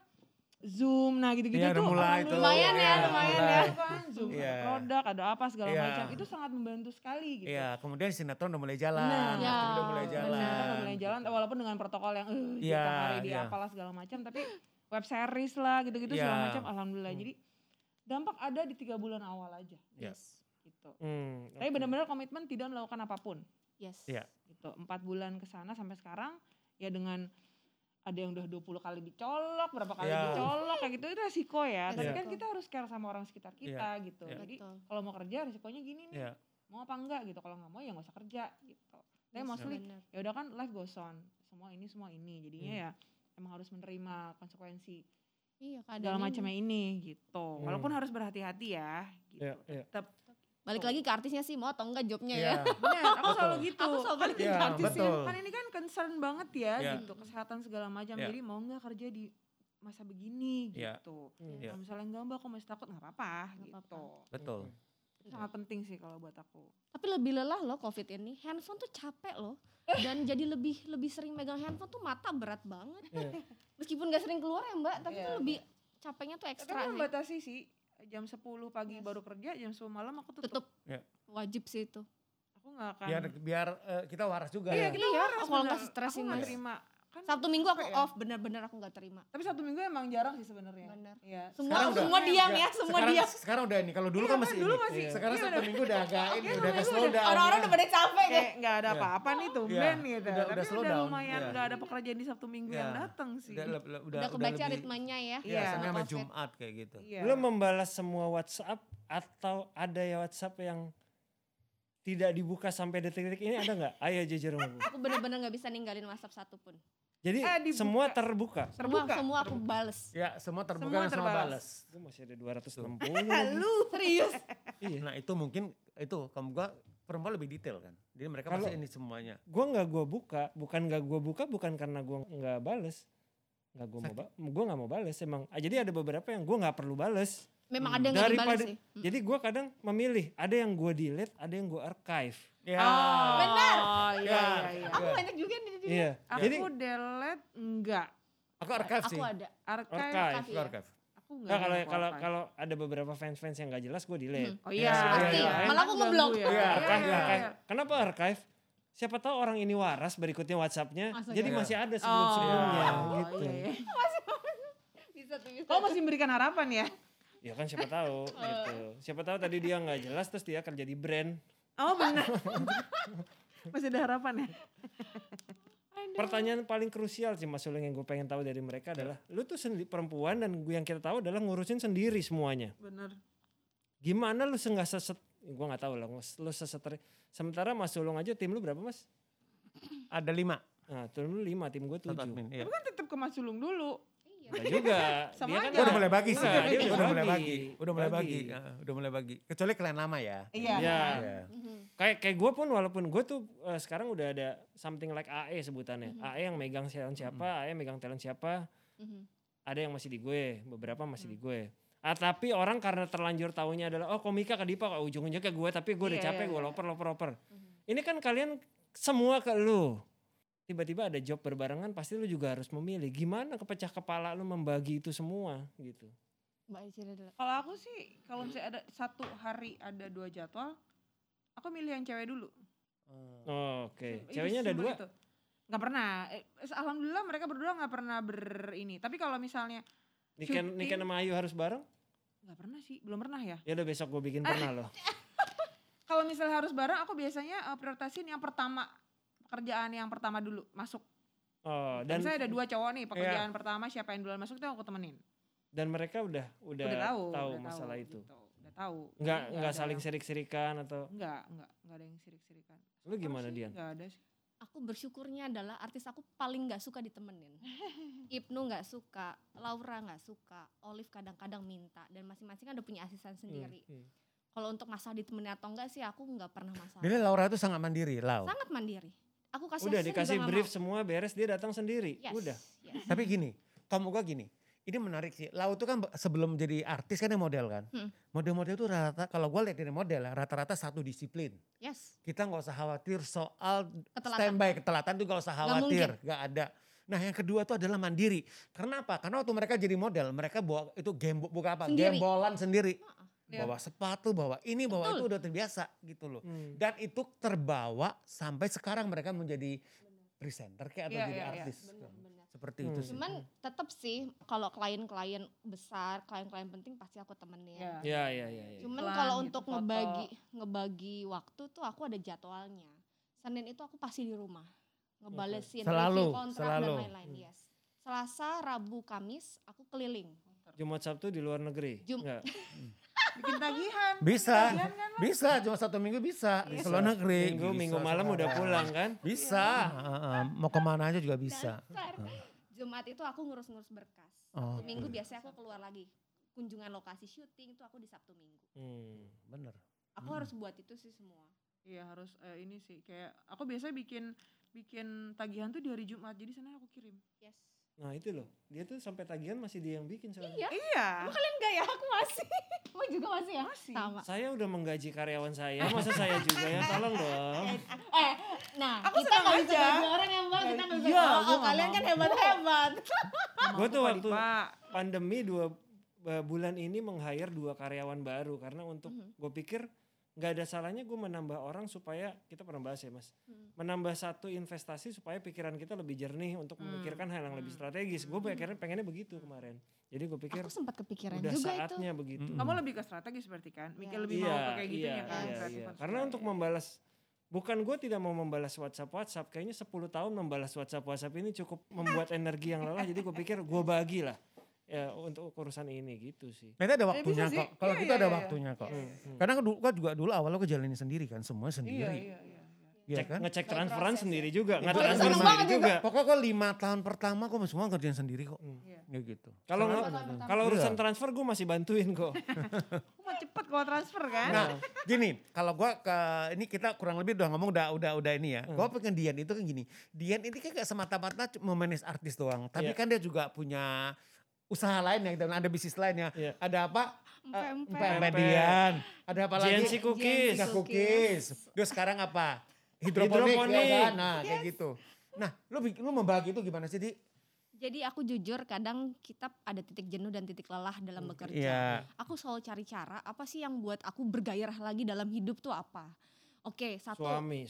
Speaker 3: Zoom, nah gitu-gitu
Speaker 2: Iya, udah
Speaker 3: tuh
Speaker 2: mulai tuh.
Speaker 4: Lumayan ya,
Speaker 2: Iya,
Speaker 4: lumayan
Speaker 2: mulai.
Speaker 4: ya.
Speaker 3: Itu kan Zoom,
Speaker 2: Iya.
Speaker 3: ada produk, ada apa segala
Speaker 2: Iya.
Speaker 3: macam. Itu sangat membantu sekali gitu.
Speaker 2: Iya, kemudian sinetron udah mulai jalan.
Speaker 3: Benar.
Speaker 4: Ya,
Speaker 2: Udah mulai jalan.
Speaker 3: Benar, udah mulai jalan walaupun dengan protokol yang
Speaker 2: Iya,
Speaker 3: tiap hari di
Speaker 2: iya.
Speaker 3: apalah segala macam, tapi web series lah gitu-gitu
Speaker 2: Iya.
Speaker 3: segala macam alhamdulillah. Jadi dampak ada di 3 bulan awal aja
Speaker 4: Yes.
Speaker 3: gitu. Tapi benar-benar komitmen tidak melakukan apapun
Speaker 4: Yes.
Speaker 2: Iya.
Speaker 3: gitu. 4 bulan ke sana sampai sekarang ya dengan ada yang udah 20 kali dicolok, berapa kali
Speaker 2: Iya.
Speaker 3: dicolok kayak gitu itu resiko ya. Tapi
Speaker 2: Iya.
Speaker 3: kan kita harus care sama orang sekitar kita gitu.
Speaker 2: Iya.
Speaker 3: Jadi
Speaker 4: Betul.
Speaker 3: kalau mau kerja resikonya gini nih.
Speaker 2: Iya.
Speaker 3: Mau apa enggak gitu. Kalau nggak mau ya nggak usah kerja gitu. Tapi mostly
Speaker 4: Bener.
Speaker 3: ya udah kan life goes on. Semua ini jadinya ya emang harus menerima konsekuensi
Speaker 4: Iya,
Speaker 3: segala
Speaker 4: keadaan ini.
Speaker 3: macamnya ini gitu. Walaupun harus berhati-hati ya gitu.
Speaker 1: Iya, iya.
Speaker 3: Tetap
Speaker 4: Balik lagi ke artisnya sih, mau atau enggak jobnya
Speaker 2: Iya.
Speaker 4: ya.
Speaker 3: benar, aku selalu gitu.
Speaker 4: Aku selalu balik
Speaker 2: Iya,
Speaker 4: ke artisnya.
Speaker 2: betul.
Speaker 3: Kan ini kan concern banget ya
Speaker 2: Iya.
Speaker 3: gitu, kesehatan segala macam.
Speaker 2: Iya.
Speaker 3: Jadi mau nggak kerja di masa begini
Speaker 2: Iya.
Speaker 3: gitu.
Speaker 2: Iya.
Speaker 3: Kalau misalnya enggak mbak, aku masih takut nggak apa-apa
Speaker 4: Nggak
Speaker 3: gitu.
Speaker 4: apa-apa.
Speaker 2: Betul.
Speaker 3: Itu sangat penting sih kalau buat aku.
Speaker 4: Tapi lebih lelah loh COVID ini. Handphone tuh capek loh. Dan jadi lebih sering megang handphone tuh mata berat banget.
Speaker 1: Iya.
Speaker 4: Meskipun gak sering keluar ya Mbak, tapi
Speaker 3: Iya.
Speaker 4: tuh lebih capeknya tuh
Speaker 3: Tapi
Speaker 4: ekstra
Speaker 3: aku
Speaker 4: sih.
Speaker 3: membatasi sih. Jam 10 pagi
Speaker 4: Yes.
Speaker 3: baru kerja, jam 10 malam aku tutup.
Speaker 4: Tutup.
Speaker 2: Iya.
Speaker 4: Wajib sih itu.
Speaker 3: Aku nggak akan.
Speaker 2: Biar kita waras juga.
Speaker 3: Iya,
Speaker 2: ya.
Speaker 3: kita
Speaker 4: Iya,
Speaker 3: waras
Speaker 4: kalau
Speaker 3: bener.
Speaker 4: nggak stres
Speaker 3: Aku
Speaker 4: sih,
Speaker 3: nggak
Speaker 4: Mas.
Speaker 3: terima. Kan
Speaker 4: Sabtu Minggu aku
Speaker 3: capek ya.
Speaker 4: off, bener-bener aku gak terima.
Speaker 3: Tapi Sabtu Minggu emang jarang sih sebenarnya.
Speaker 4: Bener.
Speaker 3: Iya.
Speaker 2: Sekarang udah-
Speaker 4: Semua diam
Speaker 2: Iya,
Speaker 4: ya, semua
Speaker 2: sekarang,
Speaker 4: diam.
Speaker 2: Sekarang udah ini. Kalau dulu
Speaker 3: Iya,
Speaker 2: kan
Speaker 3: kan
Speaker 2: masih
Speaker 3: dulu
Speaker 2: ini.
Speaker 3: masih-
Speaker 2: Sekarang
Speaker 3: iya,
Speaker 2: Sabtu
Speaker 3: udah.
Speaker 2: Minggu udah agak ini,
Speaker 3: Iya,
Speaker 2: udah agak
Speaker 3: Sabtu
Speaker 2: slow
Speaker 3: Minggu
Speaker 2: down.
Speaker 4: Orang-orang udah pada capek deh.
Speaker 3: Kayak nggak ada
Speaker 2: Iya.
Speaker 3: apa-apa nih tumben
Speaker 2: Iya,
Speaker 3: gitu.
Speaker 2: udah
Speaker 3: Tapi
Speaker 2: slow
Speaker 3: udah
Speaker 2: down,
Speaker 3: lumayan,
Speaker 2: iya.
Speaker 3: udah ada pekerjaan di Sabtu Minggu yang
Speaker 2: Iya.
Speaker 3: datang sih.
Speaker 4: Udah kebaca
Speaker 2: lebih-
Speaker 4: ritmenya ya.
Speaker 2: Iya,
Speaker 3: Iya.
Speaker 2: Senin sama
Speaker 4: COVID.
Speaker 2: Jumat kayak gitu.
Speaker 3: Iya.
Speaker 1: Lu membalas semua WhatsApp atau ada ya WhatsApp yang tidak dibuka sampai detik-detik ini ada nggak? Ayo jujur sama gue.
Speaker 4: Aku bener-bener gak bisa ninggalin WhatsApp satupun.
Speaker 1: Jadi
Speaker 3: dibuka.
Speaker 1: semua terbuka.
Speaker 3: Terbuka.
Speaker 4: Semua aku bales.
Speaker 2: Ya, semua terbuka
Speaker 3: Semua
Speaker 2: dan semua
Speaker 3: terbalas.
Speaker 2: balas.
Speaker 1: Gue masih ada 260.
Speaker 3: Lu
Speaker 4: Serius.
Speaker 1: Iya.
Speaker 2: Nah itu mungkin itu kamu gua perempuan lebih detail kan. Jadi mereka
Speaker 1: Kalau-
Speaker 2: pasti ini semuanya.
Speaker 1: Gue nggak gue buka, bukan karena gue nggak bales. Gue nggak mau bales emang. Jadi ada beberapa yang gue nggak perlu bales.
Speaker 4: Memang ada yang gak dibales
Speaker 1: Daripada,
Speaker 4: sih.
Speaker 1: jadi gue kadang memilih. Ada yang gue delete, ada yang gue archive.
Speaker 2: Ya.
Speaker 4: Benar.
Speaker 3: Oh iya
Speaker 2: Ya.
Speaker 3: iya iya.
Speaker 4: Aku banyak juga nih di
Speaker 1: Iya.
Speaker 3: Aku
Speaker 1: Jadi
Speaker 3: delete enggak.
Speaker 2: Aku archive sih.
Speaker 4: Aku ada.
Speaker 3: Archive
Speaker 1: archive.
Speaker 2: Aku archive.
Speaker 3: aku enggak.
Speaker 1: Nah, kalau
Speaker 3: yang aku
Speaker 1: kalau
Speaker 3: archive.
Speaker 1: kalau ada beberapa fans yang nggak jelas gue delete.
Speaker 3: Oh iya.
Speaker 4: Pasti.
Speaker 3: iya,
Speaker 4: Malah aku
Speaker 3: kan
Speaker 4: ngeblok.
Speaker 3: ganggu ya.
Speaker 2: Iya,
Speaker 3: Iya,
Speaker 1: Archive,
Speaker 3: iya,
Speaker 1: archive.
Speaker 3: iya.
Speaker 1: Kenapa archive? Siapa tahu orang ini waras berikutnya WhatsAppnya.
Speaker 4: Masa
Speaker 1: Jadi
Speaker 2: iya?
Speaker 1: masih ada sebelum-sebelumnya
Speaker 3: Oh,
Speaker 1: gitu.
Speaker 3: iya, iya.
Speaker 4: Bisa tuh bisa.
Speaker 3: Kau masih memberikan harapan ya?
Speaker 1: Ya kan siapa tahu gitu. Siapa tahu tadi dia nggak jelas terus dia kerja di brand.
Speaker 3: Oh benar. Masih ada harapan ya?
Speaker 1: Pertanyaan paling krusial sih Mas Suleng yang gue pengen tahu dari mereka adalah lu tuh perempuan dan gue yang kita tahu adalah ngurusin sendiri semuanya.
Speaker 3: Benar.
Speaker 1: Gimana lu nggak seset, gue nggak tahu lah, lu seseteri. Sementara Mas Sulung aja tim lu berapa Mas?
Speaker 2: Ada 5.
Speaker 1: Nah tim lu 5, tim gue 7.
Speaker 2: Satu admin. Iya.
Speaker 3: Tapi kan tetap ke Mas Sulung dulu.
Speaker 1: Enggak juga.
Speaker 3: Sama
Speaker 1: Dia kan
Speaker 3: aja.
Speaker 2: Gua udah mulai bagi sih.
Speaker 1: Enggak, dia
Speaker 2: Udah mulai
Speaker 1: bagi.
Speaker 2: bagi. Udah mulai bagi. Udah mulai bagi. Kecuali kalian lama ya.
Speaker 3: Iya.
Speaker 1: Ya.
Speaker 2: Iya.
Speaker 1: Kayak gue pun walaupun gue tuh sekarang udah ada something like AE sebutannya. AE yang megang talent siapa, AE megang talent siapa. Ada yang masih di gue, beberapa masih di gue. Tapi orang karena terlanjur taunya adalah oh Komika ke Dipa kok ujung-ujungnya ke gue tapi gue udah
Speaker 3: Iya,
Speaker 1: capek
Speaker 3: iya,
Speaker 1: gue
Speaker 3: iya.
Speaker 1: loper. Ini kan kalian semua ke lu. Tiba-tiba ada job berbarengan, pasti lu juga harus memilih. Gimana kepecah kepala lu membagi itu semua gitu.
Speaker 4: Mbak Icira dulu.
Speaker 3: Kalau aku sih, kalau misalnya ada satu hari ada 2 jadwal, aku milih yang cewek dulu.
Speaker 1: Oh, oke.
Speaker 3: Itu
Speaker 1: Ceweknya ada
Speaker 3: simpel
Speaker 1: 2?
Speaker 3: itu. Nggak pernah. Alhamdulillah mereka berdua nggak pernah ini. Tapi kalau misalnya
Speaker 1: Niken sama Ayu harus bareng?
Speaker 3: nggak pernah sih, belum pernah ya.
Speaker 1: Ya udah besok gue bikin pernah loh.
Speaker 3: Kalau misalnya harus bareng, aku biasanya prioritasin yang pertama, pekerjaan yang pertama dulu masuk.
Speaker 1: Oh,
Speaker 3: Dan
Speaker 1: dan
Speaker 3: misalnya ada 2 cowok nih, pekerjaan pertama siapa yang duluan masuk itu aku temenin.
Speaker 1: dan mereka udah tahu masalah itu.
Speaker 3: Gitu. Udah tahu.
Speaker 1: Nggak
Speaker 3: ada
Speaker 1: saling
Speaker 3: yang-
Speaker 1: sirik-sirikan atau
Speaker 3: Enggak ada yang sirik-sirikan.
Speaker 1: lu gimana, Dian?
Speaker 3: Enggak ada sih.
Speaker 4: Aku bersyukurnya adalah artis aku paling gak suka ditemenin. Ibnu gak suka, Laura gak suka, Olive kadang-kadang minta. Dan masing-masing kan udah punya asisten sendiri. Kalau untuk masalah ditemenin atau enggak sih aku gak pernah masalah.
Speaker 2: Jadi Laura itu sangat mandiri, Lau.
Speaker 4: Sangat mandiri. Aku kasih
Speaker 1: Udah
Speaker 4: asisten
Speaker 1: dikasih
Speaker 4: juga nggak
Speaker 1: brief
Speaker 4: mau.
Speaker 1: semua beres, dia datang sendiri.
Speaker 4: Yes,
Speaker 1: Udah.
Speaker 4: yes.
Speaker 2: Tapi gini, kamu gua gini. Ini menarik sih. Lau itu kan sebelum jadi artis kan dia model kan. Model-model itu rata, kalau gue lihat dari model ya, rata-rata satu disiplin.
Speaker 4: Yes.
Speaker 2: Kita nggak usah khawatir soal
Speaker 4: Ketelatan.
Speaker 2: standby, ketelatan itu nggak usah khawatir,
Speaker 4: mungkin.
Speaker 2: nggak ada. Nah yang kedua itu adalah mandiri. Karena apa? Karena waktu mereka jadi model, mereka bawa itu bukan apa?
Speaker 4: Sendiri.
Speaker 2: Gembolan sendiri.
Speaker 3: Iya.
Speaker 2: Bawa sepatu, bawa ini, bawa
Speaker 4: Betul.
Speaker 2: itu udah terbiasa gitu loh. Dan itu terbawa sampai sekarang mereka menjadi presenter kayak atau
Speaker 3: Iya,
Speaker 2: jadi
Speaker 3: iya, iya.
Speaker 2: artis.
Speaker 4: Benar-benar.
Speaker 2: Seperti itu sih.
Speaker 4: Cuman tetap sih kalau klien-klien besar, klien-klien penting pasti aku temenin.
Speaker 3: Iya.
Speaker 1: Ya.
Speaker 4: Cuman
Speaker 3: Iklan
Speaker 4: kalau
Speaker 3: gitu,
Speaker 4: untuk
Speaker 3: foto.
Speaker 4: ngebagi waktu tuh aku ada jadwalnya. Senin itu aku pasti di rumah. Ngebalesin
Speaker 2: Selalu,
Speaker 4: review kontrak
Speaker 2: selalu.
Speaker 4: dan lain-lain. Yes. Selasa, Rabu, Kamis aku keliling.
Speaker 1: Jumat Sabtu di luar negeri. Enggak.
Speaker 3: Bikin tagihan.
Speaker 2: Bisa,
Speaker 3: Tagihan kan lo?
Speaker 2: bisa, cuma 1 minggu bisa. Di luar negeri.
Speaker 1: Minggu
Speaker 2: bisa,
Speaker 1: malam udah
Speaker 2: saudara.
Speaker 1: pulang kan?
Speaker 2: Bisa, mau kemana aja juga bisa.
Speaker 4: Dasar. Jumat itu aku ngurus-ngurus berkas.
Speaker 2: Oh,
Speaker 4: Sabtu Minggu biasanya aku keluar lagi. Kunjungan lokasi syuting itu aku di Sabtu Minggu.
Speaker 2: bener.
Speaker 4: Aku harus buat itu sih semua.
Speaker 3: Iya harus ini sih kayak aku biasanya bikin tagihan tuh di hari Jumat jadi sana aku kirim.
Speaker 4: Yes.
Speaker 1: Nah itu loh, dia tuh sampai tagihan masih dia yang bikin soalnya.
Speaker 4: Iya.
Speaker 3: Iya.
Speaker 4: Emang kalian enggak ya? Aku masih. Kamu juga masih ya?
Speaker 3: Masih.
Speaker 4: Sama.
Speaker 1: Saya udah menggaji karyawan saya, masa saya juga ya? Tolong dong.
Speaker 4: Nah,
Speaker 3: Aku
Speaker 4: kita
Speaker 3: senang
Speaker 4: nggak bisa
Speaker 3: aja.
Speaker 4: gaji orang yang bang, kita nggak bisa.
Speaker 3: Iya,
Speaker 4: Oh,
Speaker 3: gua nggak
Speaker 4: kalian
Speaker 3: mau.
Speaker 4: kan hebat-hebat.
Speaker 1: Gue tuh waktu
Speaker 3: Pak.
Speaker 1: pandemi 2 bulan ini meng-hire 2 karyawan baru karena untuk gue pikir nggak ada salahnya gue menambah orang supaya kita pernah bahas ya mas, menambah satu investasi supaya pikiran kita lebih jernih untuk memikirkan hal yang lebih strategis. Gue pengennya begitu kemarin. Jadi gue pikir
Speaker 4: Aku sempat kepikiran
Speaker 1: udah
Speaker 4: juga itu.
Speaker 1: saatnya begitu.
Speaker 3: Kamu lebih ke strategis berarti kan? Mikir
Speaker 4: Iya.
Speaker 3: lebih mau ke kayak gitunya kan? kreatif
Speaker 1: iya.
Speaker 3: harus
Speaker 1: Karena
Speaker 3: kayak-
Speaker 1: untuk membalas, bukan gue tidak mau membalas WhatsApp, kayaknya 10 tahun membalas WhatsApp ini cukup membuat energi yang lelah. Jadi gue pikir gue bagi lah ya untuk urusan ini gitu sih.
Speaker 2: Nanti ada waktunya
Speaker 3: bisa sih.
Speaker 2: kok. Kalau
Speaker 3: Iya,
Speaker 2: kita
Speaker 3: iya,
Speaker 2: ada
Speaker 3: iya.
Speaker 2: waktunya kok. Karena gua juga dulu awalnya gue jalanin sendiri kan, semua
Speaker 3: Iya,
Speaker 2: sendiri.
Speaker 3: iya.
Speaker 2: Iya
Speaker 1: Cek,
Speaker 2: kan?
Speaker 1: ngecek transferan sendiri juga,
Speaker 2: Itu
Speaker 1: nge-transfer
Speaker 2: seneng
Speaker 1: sendiri
Speaker 4: banget
Speaker 1: juga.
Speaker 2: Pokoknya gue 5 tahun pertama gue semua ngerjain sendiri kok.
Speaker 3: Iya.
Speaker 2: Ya gitu.
Speaker 1: Kalau kalau urusan
Speaker 2: Iya.
Speaker 1: transfer gue masih bantuin kok.
Speaker 3: Aku mau cepet kalau transfer kan?
Speaker 2: Nah, gini, kalau gua ini kita kurang lebih udah ngomong udah ini ya. Gua pengen Dian itu kan gini. Dian ini kan gak semata-mata memanage artis doang, tapi
Speaker 1: Iya.
Speaker 2: kan dia juga punya usaha lain ya, dan ada bisnis lain ya.
Speaker 1: Iya.
Speaker 2: Ada apa?
Speaker 4: Pempek.
Speaker 2: Dian. Ada apa lagi?
Speaker 1: GNC Cookies.
Speaker 2: Cookies. Cookies. Terus sekarang apa? Hidroponik.
Speaker 1: Hidroponik.
Speaker 2: Ya kan? Nah, kayak gitu. Nah, lu membagi itu gimana sih, Di?
Speaker 4: Jadi aku jujur kadang kita ada titik jenuh dan titik lelah dalam bekerja.
Speaker 2: Iya.
Speaker 4: Aku selalu cari cara apa sih yang buat aku bergairah lagi dalam hidup tuh apa. Oke, satu.
Speaker 1: Suami.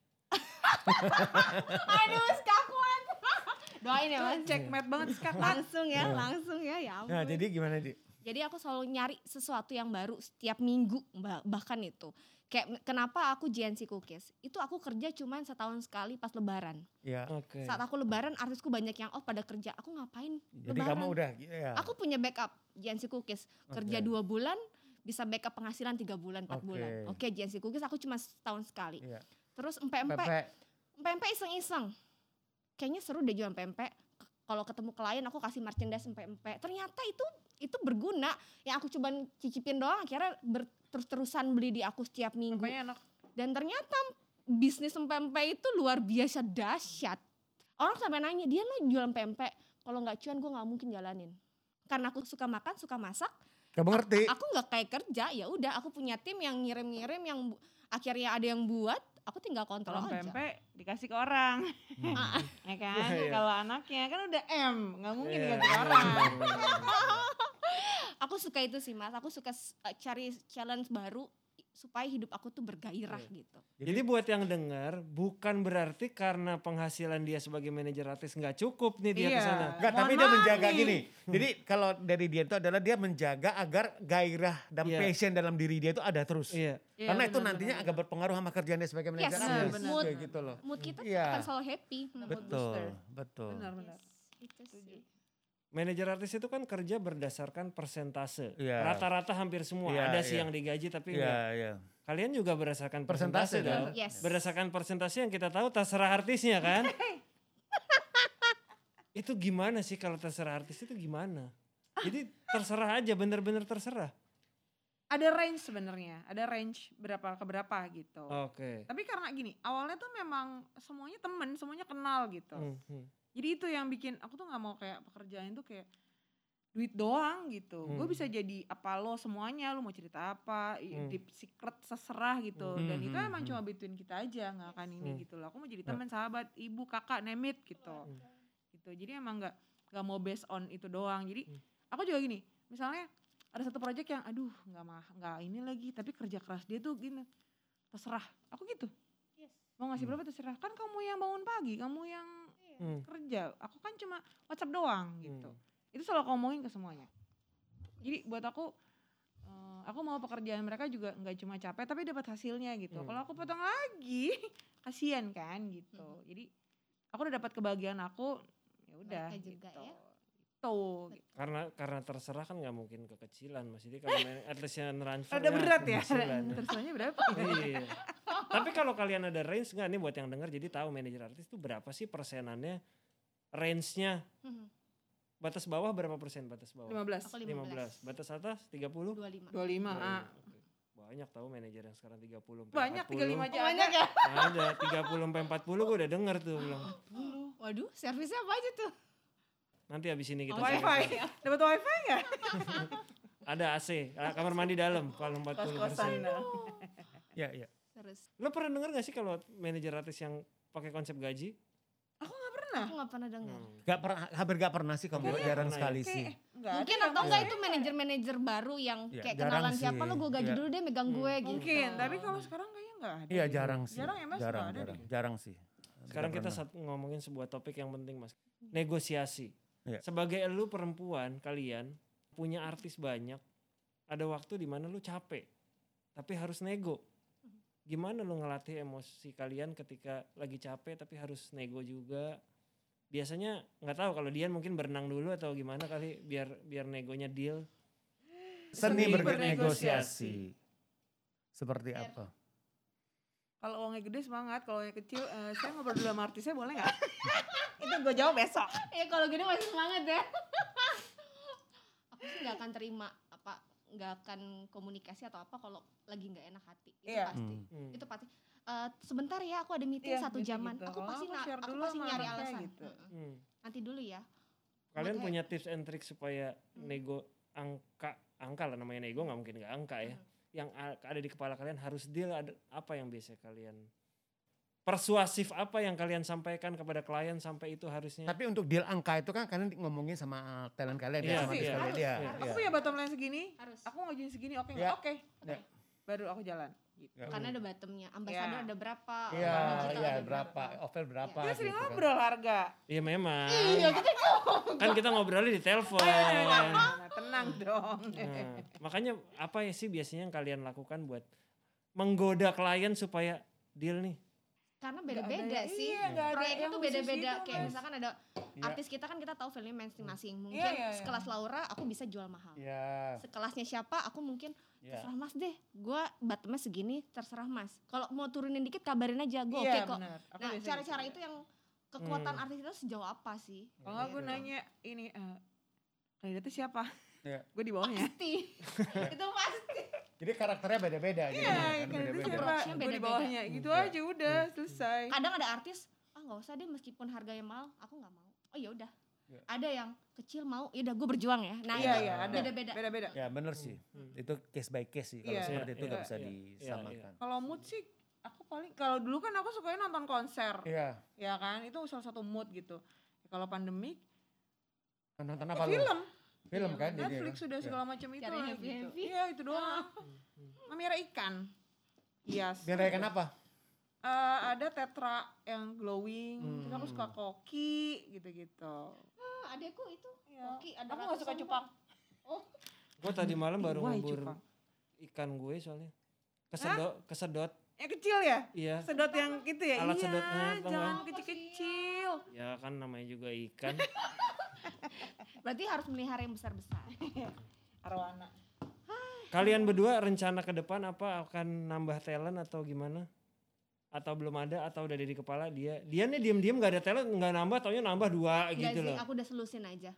Speaker 4: Aduh, sekakuan. Doain ya mas.
Speaker 3: Checkmate banget sekarang.
Speaker 4: Langsung ya ampun.
Speaker 2: Nah, jadi gimana, Di?
Speaker 4: Jadi aku selalu nyari sesuatu yang baru setiap minggu bahkan itu. Kayak kenapa aku GNC Cookies? Itu aku kerja cuman setahun sekali pas lebaran.
Speaker 2: Ya.
Speaker 1: Oke.
Speaker 4: Saat aku lebaran artisku banyak yang off pada kerja. Aku ngapain
Speaker 2: Jadi
Speaker 4: lebaran?
Speaker 2: kamu udah ya.
Speaker 4: Aku punya backup GNC Cookies. Kerja 2 bulan bisa backup penghasilan 3 bulan, 4
Speaker 2: Oke.
Speaker 4: bulan. Oke, GNC Cookies aku cuma setahun sekali.
Speaker 2: Iya.
Speaker 4: Terus empek-empek
Speaker 2: Pepe.
Speaker 4: iseng-iseng. Kayaknya seru deh jualan pempek. Kalau ketemu klien aku kasih merchandise empek-empek. Ternyata itu berguna. Yang aku coba cicipin doang akhirnya terus-terusan beli di aku setiap minggu.
Speaker 3: Pokoknya enak.
Speaker 4: Dan ternyata bisnis pempek itu luar biasa dahsyat. Orang sampai nanya, dia lo jualan pempek. Kalau nggak cuan gue nggak mungkin jalanin. Karena aku suka makan, suka masak.
Speaker 2: Kamu ngerti?
Speaker 4: Aku nggak kayak kerja, ya udah aku punya tim yang ngirim-ngirim yang akhirnya ada yang buat, aku tinggal kontrol
Speaker 3: Kalau
Speaker 4: aja.
Speaker 3: pempek dikasih ke orang. Ya kan?
Speaker 1: Iya.
Speaker 3: Kalau anaknya kan udah M, nggak mungkin
Speaker 1: Iya,
Speaker 3: dikasih ke
Speaker 1: benar,
Speaker 3: orang.
Speaker 1: benar, benar.
Speaker 4: Aku suka itu sih Mas, aku suka cari challenge baru supaya hidup aku tuh bergairah gitu.
Speaker 1: Jadi buat yang dengar, bukan berarti karena penghasilan dia sebagai manajer artis nggak cukup nih dia
Speaker 3: Iya.
Speaker 1: ke sana.
Speaker 2: Enggak, tapi
Speaker 3: Mohon
Speaker 2: dia
Speaker 3: maaf
Speaker 2: menjaga
Speaker 3: nih.
Speaker 2: gini. Jadi kalau dari dia itu adalah dia menjaga agar gairah dan
Speaker 1: Iya.
Speaker 2: passion dalam diri dia itu ada terus.
Speaker 1: Iya.
Speaker 3: Iya,
Speaker 2: Karena itu
Speaker 3: benar,
Speaker 2: nantinya
Speaker 3: benar,
Speaker 2: agak berpengaruh sama kerjaan dia sebagai manajer
Speaker 4: Yes,
Speaker 2: artis.
Speaker 3: benar.
Speaker 2: Kayak gitu loh.
Speaker 4: Mood kita
Speaker 2: Iya.
Speaker 4: akan selalu happy.
Speaker 2: Betul,
Speaker 3: booster.
Speaker 2: betul.
Speaker 3: Benar-benar.
Speaker 4: Yes, itu sih.
Speaker 1: Manajer artis itu kan kerja berdasarkan persentase.
Speaker 2: Iya.
Speaker 1: Rata-rata hampir semua.
Speaker 2: Iya,
Speaker 1: Ada sih
Speaker 2: iya.
Speaker 1: yang digaji tapi
Speaker 2: Iya,
Speaker 1: enggak.
Speaker 2: iya.
Speaker 1: Kalian juga berdasarkan
Speaker 2: Persentase
Speaker 1: persentase
Speaker 2: kan?
Speaker 1: dong.
Speaker 4: Yes.
Speaker 1: Berdasarkan persentase yang kita tahu terserah artisnya kan. Itu gimana sih kalau terserah artis itu gimana? Jadi terserah aja, bener-bener terserah.
Speaker 3: Ada range sebenarnya, ada range berapa ke berapa gitu.
Speaker 1: Oke.
Speaker 3: Tapi karena gini, awalnya tuh memang semuanya temen, semuanya kenal gitu. Jadi itu yang bikin aku tuh nggak mau kayak pekerjaan itu kayak duit doang gitu. Gue bisa jadi apa lo semuanya, lo mau cerita apa, deep secret terserah gitu. Dan itu emang cuma between kita aja, nggak akan ini gitu loh. Aku mau jadi teman, sahabat, ibu, kakak, name it gitu. Gitu. Jadi emang nggak mau based on itu doang. Jadi aku juga gini, misalnya ada satu project yang aduh nggak ini lagi, tapi kerja keras dia tuh gini, terserah. Aku gitu.
Speaker 4: Yes.
Speaker 3: Mau ngasih berapa terserah. Kan kamu yang bangun pagi, kamu yang kerja. Aku kan cuma WhatsApp doang gitu. Itu selalu aku ngomongin ke semuanya. Jadi buat aku mau pekerjaan mereka juga nggak cuma capek tapi dapat hasilnya gitu. Kalau aku potong lagi, kasihan kan gitu. Jadi aku udah dapat kebahagiaan aku, ya udah
Speaker 4: Mereka
Speaker 3: gitu.
Speaker 4: juga ya.
Speaker 3: Gitu.
Speaker 1: Karena terserah kan nggak mungkin kekecilan. Maksudnya kalau artisnya transfer
Speaker 3: Ada berat ya.
Speaker 1: penghasilan.
Speaker 3: Terserahnya berapa?
Speaker 1: Iya. Tapi kalau kalian ada range nggak nih buat yang dengar, jadi tahu manajer artis itu berapa sih persenannya, range-nya. Batas bawah berapa persen batas bawah?
Speaker 3: 15.
Speaker 4: Aku
Speaker 1: 15.
Speaker 4: 15.
Speaker 1: Batas atas 30?
Speaker 4: 25.
Speaker 3: 25.
Speaker 1: Oh, oke. Banyak tahu manajer yang sekarang 30 sampai
Speaker 3: Banyak
Speaker 1: 40.
Speaker 3: 35 aja.
Speaker 4: Banyak ya?
Speaker 1: Ada 30 sampai 40 gue udah denger tuh bilang.
Speaker 4: Waduh, servisnya apa aja tuh?
Speaker 1: Nanti habis ini kita
Speaker 3: Wifi.
Speaker 1: cari.
Speaker 3: Dapat wifi nggak?
Speaker 1: Ada AC, kamar mandi dalam kalau 40%.
Speaker 3: Kos-kosan.
Speaker 2: Iya, iya.
Speaker 4: Terus
Speaker 1: Lo pernah denger gak sih kalau manajer artis yang pakai konsep gaji?
Speaker 4: aku gak pernah dengar.
Speaker 2: Hampir gak pernah sih, kamu
Speaker 1: Kayaknya
Speaker 2: jarang
Speaker 1: pernah ya.
Speaker 2: sekali sih.
Speaker 4: Mungkin atau enggak itu manajer-manajer baru yang
Speaker 2: Ya,
Speaker 4: kayak
Speaker 2: jarang
Speaker 4: kenalan siapa
Speaker 2: sih.
Speaker 4: lo gue gaji
Speaker 2: Ya.
Speaker 4: dulu deh megang gue gitu.
Speaker 3: Mungkin, tapi kalau sekarang kayaknya nggak ada.
Speaker 2: Iya, jarang sih.
Speaker 3: Jarang ya Mas?
Speaker 2: Jarang,
Speaker 3: Nggak ada
Speaker 2: jarang.
Speaker 3: deh.
Speaker 2: Jarang sih.
Speaker 1: Sekarang
Speaker 2: Nggak
Speaker 1: kita
Speaker 2: pernah.
Speaker 1: ngomongin sebuah topik yang penting Mas. Negosiasi.
Speaker 2: Iya.
Speaker 1: Sebagai lu perempuan, kalian punya artis banyak, ada waktu di mana lu capek, tapi harus nego. Gimana lu ngelatih emosi kalian ketika lagi capek tapi harus nego juga? Biasanya nggak tahu kalau Dian mungkin berenang dulu atau gimana kali biar negonya deal.
Speaker 2: Seni
Speaker 3: Seni
Speaker 2: bernegosiasi. Seperti apa?
Speaker 3: Kalau uangnya gede semangat, kalau uangnya kecil, saya ngobrol dulu sama artisnya boleh nggak? Itu gue jawab besok.
Speaker 4: Ya kalau gini masih semangat ya. Aku sih gak akan terima nggak akan komunikasi atau apa kalau lagi nggak enak hati. Itu
Speaker 3: Iya.
Speaker 4: pasti. Itu pasti. Sebentar ya aku ada meeting
Speaker 3: Iya,
Speaker 4: 1
Speaker 3: gitu,
Speaker 4: jaman.
Speaker 3: gitu.
Speaker 4: Aku
Speaker 3: Kalau
Speaker 4: pasti
Speaker 3: aku share
Speaker 4: aku
Speaker 3: dulu
Speaker 4: pasti
Speaker 3: sama
Speaker 4: nyari
Speaker 3: anaknya
Speaker 4: alasan.
Speaker 3: gitu.
Speaker 4: Nanti dulu ya.
Speaker 1: Kalian
Speaker 4: Buat
Speaker 1: punya tips and trick supaya nego angka lah namanya nego nggak mungkin nggak angka ya. Yang ada di kepala kalian harus deal, ada apa yang biasa kalian persuasif apa yang kalian sampaikan kepada klien sampai itu harusnya.
Speaker 2: Tapi untuk deal angka itu kan kalian ngomongin sama talent kalian
Speaker 1: Iya,
Speaker 2: ya, sama
Speaker 1: iya,
Speaker 2: artis kalian.
Speaker 1: harus,
Speaker 2: Iya,
Speaker 1: iya.
Speaker 3: Aku
Speaker 2: iya.
Speaker 3: punya bottom line segini,
Speaker 4: Harus.
Speaker 3: aku ngajuin segini, oke
Speaker 2: Iya.
Speaker 3: nggak? Oke.
Speaker 2: Iya.
Speaker 3: Baru aku jalan. Gitu.
Speaker 2: Ya.
Speaker 4: Karena ada bottomnya. Ambasador
Speaker 3: Iya.
Speaker 4: ada berapa.
Speaker 2: Iya,
Speaker 4: digital
Speaker 2: iya
Speaker 4: ada
Speaker 2: berapa, offer berapa
Speaker 3: Kita sering
Speaker 2: gitu kan.
Speaker 3: ngobrol harga.
Speaker 1: Iya memang.
Speaker 4: Iya kita
Speaker 1: Kan kita ngobrolnya di telepon.
Speaker 3: Nah, tenang dong.
Speaker 1: Nah, makanya apa ya sih biasanya yang kalian lakukan buat menggoda klien supaya deal nih?
Speaker 4: karena
Speaker 3: Nggak ada
Speaker 4: beda-beda
Speaker 3: ya-
Speaker 4: sih.
Speaker 3: iya, nggak ada
Speaker 4: Proyeknya
Speaker 3: yang
Speaker 4: tuh
Speaker 3: khusus
Speaker 4: beda-beda.
Speaker 3: gitu,
Speaker 4: Kayak
Speaker 3: Mas.
Speaker 4: misalkan ada
Speaker 2: Iya.
Speaker 4: artis kita kan kita tahu filmnya masing-masing. Mungkin
Speaker 3: Iya, iya, iya.
Speaker 4: sekelas Laura aku bisa jual mahal.
Speaker 2: Iya.
Speaker 4: Sekelasnya siapa aku mungkin
Speaker 2: Iya.
Speaker 4: terserah mas deh. Gue bottomnya segini terserah mas. Kalau mau turunin dikit kabarin aja gue
Speaker 3: Iya,
Speaker 4: oke kok.
Speaker 3: benar. Aku
Speaker 4: Nah
Speaker 3: biasa
Speaker 4: cara-cara
Speaker 3: gitu.
Speaker 4: itu yang kekuatan artis itu sejauh apa sih?
Speaker 3: Kalau nggak gue
Speaker 4: Gitu.
Speaker 3: nanya ini, kandidatnya siapa?
Speaker 2: Iya.
Speaker 3: Gue di bawahnya.
Speaker 4: Pasti. Itu pasti.
Speaker 2: Jadi karakternya beda-beda gitu.
Speaker 3: Iya,
Speaker 2: kan,
Speaker 3: kandidatnya
Speaker 2: beda-beda.
Speaker 3: siapa?
Speaker 4: Approach-nya
Speaker 3: Gue di
Speaker 4: beda-beda.
Speaker 3: bawahnya. Gitu
Speaker 2: Iya.
Speaker 3: aja udah selesai.
Speaker 4: Kadang ada artis nggak usah deh meskipun harganya mahal aku nggak mau. Oh ya udah.
Speaker 2: Iya.
Speaker 4: Ada yang kecil mau, ya udah gue berjuang ya. Nah
Speaker 3: Iya,
Speaker 4: itu
Speaker 3: iya, ada.
Speaker 4: beda-beda.
Speaker 3: Beda-beda.
Speaker 2: Ya bener sih. Itu case by case sih. Kalau
Speaker 3: Iya,
Speaker 2: seperti
Speaker 1: iya,
Speaker 2: itu nggak
Speaker 1: iya,
Speaker 2: bisa
Speaker 1: iya,
Speaker 2: disamakan.
Speaker 3: Kalau mood sih aku paling kalau dulu kan aku sukanya nonton konser.
Speaker 2: Iya.
Speaker 3: Ya kan, itu salah satu mood gitu. Kalau pandemik
Speaker 2: Nonton apa lu?
Speaker 3: film.
Speaker 2: Film kan dia.
Speaker 3: Netflix sudah segala macam itu
Speaker 4: Cari
Speaker 3: lah
Speaker 4: happy
Speaker 3: gitu.
Speaker 4: happy.
Speaker 3: Iya, itu doang. Memelihara ikan. Hias.
Speaker 2: Biar ikan apa?
Speaker 3: Ada tetra yang glowing. Terus aku suka koki gitu-gitu.
Speaker 4: Adekku itu
Speaker 3: Iya.
Speaker 4: koki ada
Speaker 3: Aku gak suka
Speaker 4: ratusan,
Speaker 3: cupang.
Speaker 4: Pak. Oh,
Speaker 1: Gue tadi malam baru
Speaker 3: Why
Speaker 1: ngubur
Speaker 3: cupang?
Speaker 1: ikan gue soalnya. Kesedot.
Speaker 3: Yang kecil ya?
Speaker 1: Iya.
Speaker 3: Sedot yang gitu ya?
Speaker 1: Alat
Speaker 3: iya,
Speaker 1: sedotnya apa
Speaker 3: jangan
Speaker 1: enggak?
Speaker 3: kecil-kecil.
Speaker 1: Ya kan namanya juga ikan.
Speaker 4: berarti harus melihara yang besar-besar.
Speaker 3: Arwana.
Speaker 1: Kalian berdua rencana ke depan apa, akan nambah talent atau gimana? Atau belum ada atau udah di kepala dia? Dia nih diem-diem gak ada talent, gak nambah, taunya nambah 2
Speaker 4: Enggak
Speaker 1: gitu
Speaker 4: sih,
Speaker 1: loh.
Speaker 4: aku udah selusin aja.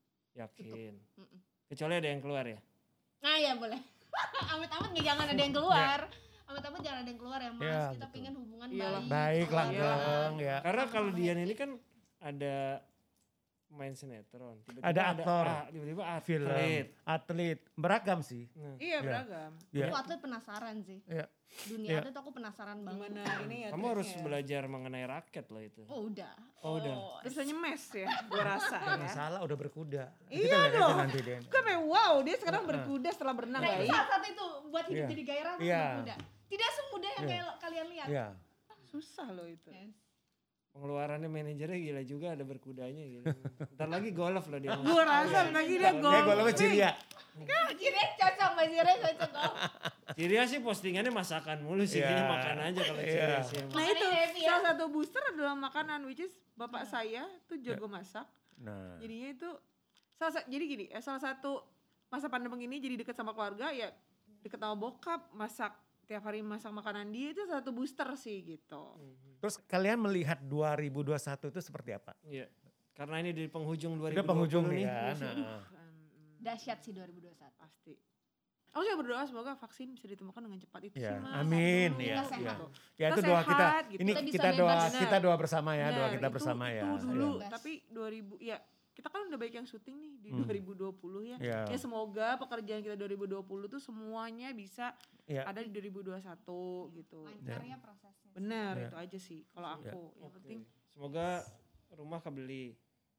Speaker 1: Yakin.
Speaker 4: Mm-mm.
Speaker 1: Kecuali ada yang keluar ya?
Speaker 4: Nah ya boleh. Amit-amit jangan ada yang keluar. Amit-amit jangan ada yang keluar ya mas.
Speaker 2: Ya,
Speaker 4: Kita
Speaker 2: betul.
Speaker 4: pengen hubungan
Speaker 3: Iyalah.
Speaker 2: Baik lah
Speaker 4: keluarga.
Speaker 2: dong ya.
Speaker 1: Karena kalau Dian ini kan ada main sinetron. Tiba-tiba
Speaker 2: Ada aktor.
Speaker 1: tiba-tiba
Speaker 2: Film, atlet, beragam sih.
Speaker 1: Nah,
Speaker 3: Iya
Speaker 2: Iya.
Speaker 3: beragam.
Speaker 2: Iya.
Speaker 4: Aku atlet penasaran sih.
Speaker 2: Iya.
Speaker 4: Dunia
Speaker 2: Iya.
Speaker 4: atlet aku penasaran banget.
Speaker 3: Gimana ini ya?
Speaker 1: kamu harus
Speaker 3: triknya?
Speaker 1: belajar mengenai raket loh itu.
Speaker 4: Oh udah.
Speaker 1: Oh udah.
Speaker 3: Terus nyemes ya, gue rasa
Speaker 2: Gak
Speaker 3: ya.
Speaker 2: salah udah berkuda.
Speaker 3: Iya
Speaker 2: Kita lihat aja
Speaker 3: dong.
Speaker 2: nanti Den.
Speaker 3: Kan kayak wow, dia sekarang berkuda setelah berenang
Speaker 4: Nah itu
Speaker 3: baik.
Speaker 4: salah satu itu buat hidup
Speaker 2: Iya.
Speaker 4: jadi gairah tuh
Speaker 2: Iya.
Speaker 4: berkuda. Tidak semudah yang
Speaker 2: Iya.
Speaker 4: kayak kalian lihat.
Speaker 2: Iya.
Speaker 3: Susah loh itu.
Speaker 4: Yes.
Speaker 1: Pengeluarannya manajernya gila juga, ada berkudanya gitu. Ntar lagi golf loh dia.
Speaker 3: Gue rasa lagi dia
Speaker 2: Kayak gue
Speaker 3: gol.
Speaker 2: lama Ciria.
Speaker 4: Jirnya cocok, Mbak Jirnya cocok. Oh.
Speaker 1: Ciria sih postingannya masakan mulu sih,
Speaker 2: Iya.
Speaker 1: kayaknya makan aja kalau
Speaker 2: Iya.
Speaker 1: Ciria sih. emang.
Speaker 3: Nah
Speaker 4: Makannya
Speaker 3: itu
Speaker 4: happy ya.
Speaker 3: salah satu booster adalah makanan, which is bapak saya tuh jago masak.
Speaker 2: Nah.
Speaker 3: Jadinya itu jadi gini, salah satu masa pandemi ini jadi deket sama keluarga ya, deket sama bokap, masak tiap hari masak makanan dia itu satu booster sih gitu.
Speaker 2: Terus kalian melihat 2021 itu seperti apa?
Speaker 1: Iya. Karena ini di penghujung 2020
Speaker 2: Udah penghujung
Speaker 1: nih.
Speaker 2: nih kan. Nah.
Speaker 4: Dahsyat sih 2021.
Speaker 3: Pasti. Aku juga berdoa semoga vaksin bisa ditemukan dengan cepat itu
Speaker 2: Ya,
Speaker 3: sih mas.
Speaker 2: amin
Speaker 3: Aduh,
Speaker 2: ya.
Speaker 4: Kita sehat.
Speaker 2: Ya. Ya itu
Speaker 3: Kita
Speaker 2: doa kita.
Speaker 3: sehat, gitu.
Speaker 2: Ini
Speaker 4: Kita bisa
Speaker 2: kita doa
Speaker 4: bebas.
Speaker 2: kita doa bersama ya, doa
Speaker 3: Benar,
Speaker 2: kita bersama ya.
Speaker 3: Itu dulu,
Speaker 4: Iya.
Speaker 3: tapi 2000 ya kita kan udah baik yang syuting nih di 2020 ya.
Speaker 2: Iya.
Speaker 3: Ya semoga pekerjaan kita 2020 tuh semuanya bisa
Speaker 2: Iya.
Speaker 3: ada di 2021 gitu.
Speaker 4: Lancar ya prosesnya.
Speaker 3: Benar,
Speaker 2: Iya.
Speaker 3: itu aja sih kalau aku. Yang penting
Speaker 1: Semoga rumah kebeli.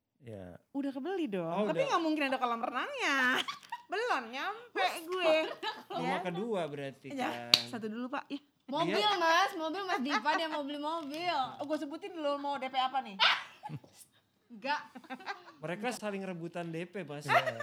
Speaker 2: Ya.
Speaker 3: udah kebeli dong.
Speaker 1: Oh,
Speaker 3: Tapi
Speaker 1: udah.
Speaker 3: nggak mungkin ada kolam renangnya. Belum nyampe gue.
Speaker 1: Rumah kedua berarti
Speaker 3: Ya,
Speaker 1: kan.
Speaker 3: satu dulu Pak. Ya.
Speaker 4: Mobil Mas Diva dia mau beli mobil.
Speaker 3: Oh, gue sebutin dulu mau DP apa nih?
Speaker 4: Enggak.
Speaker 1: Mereka saling rebutan DP mas.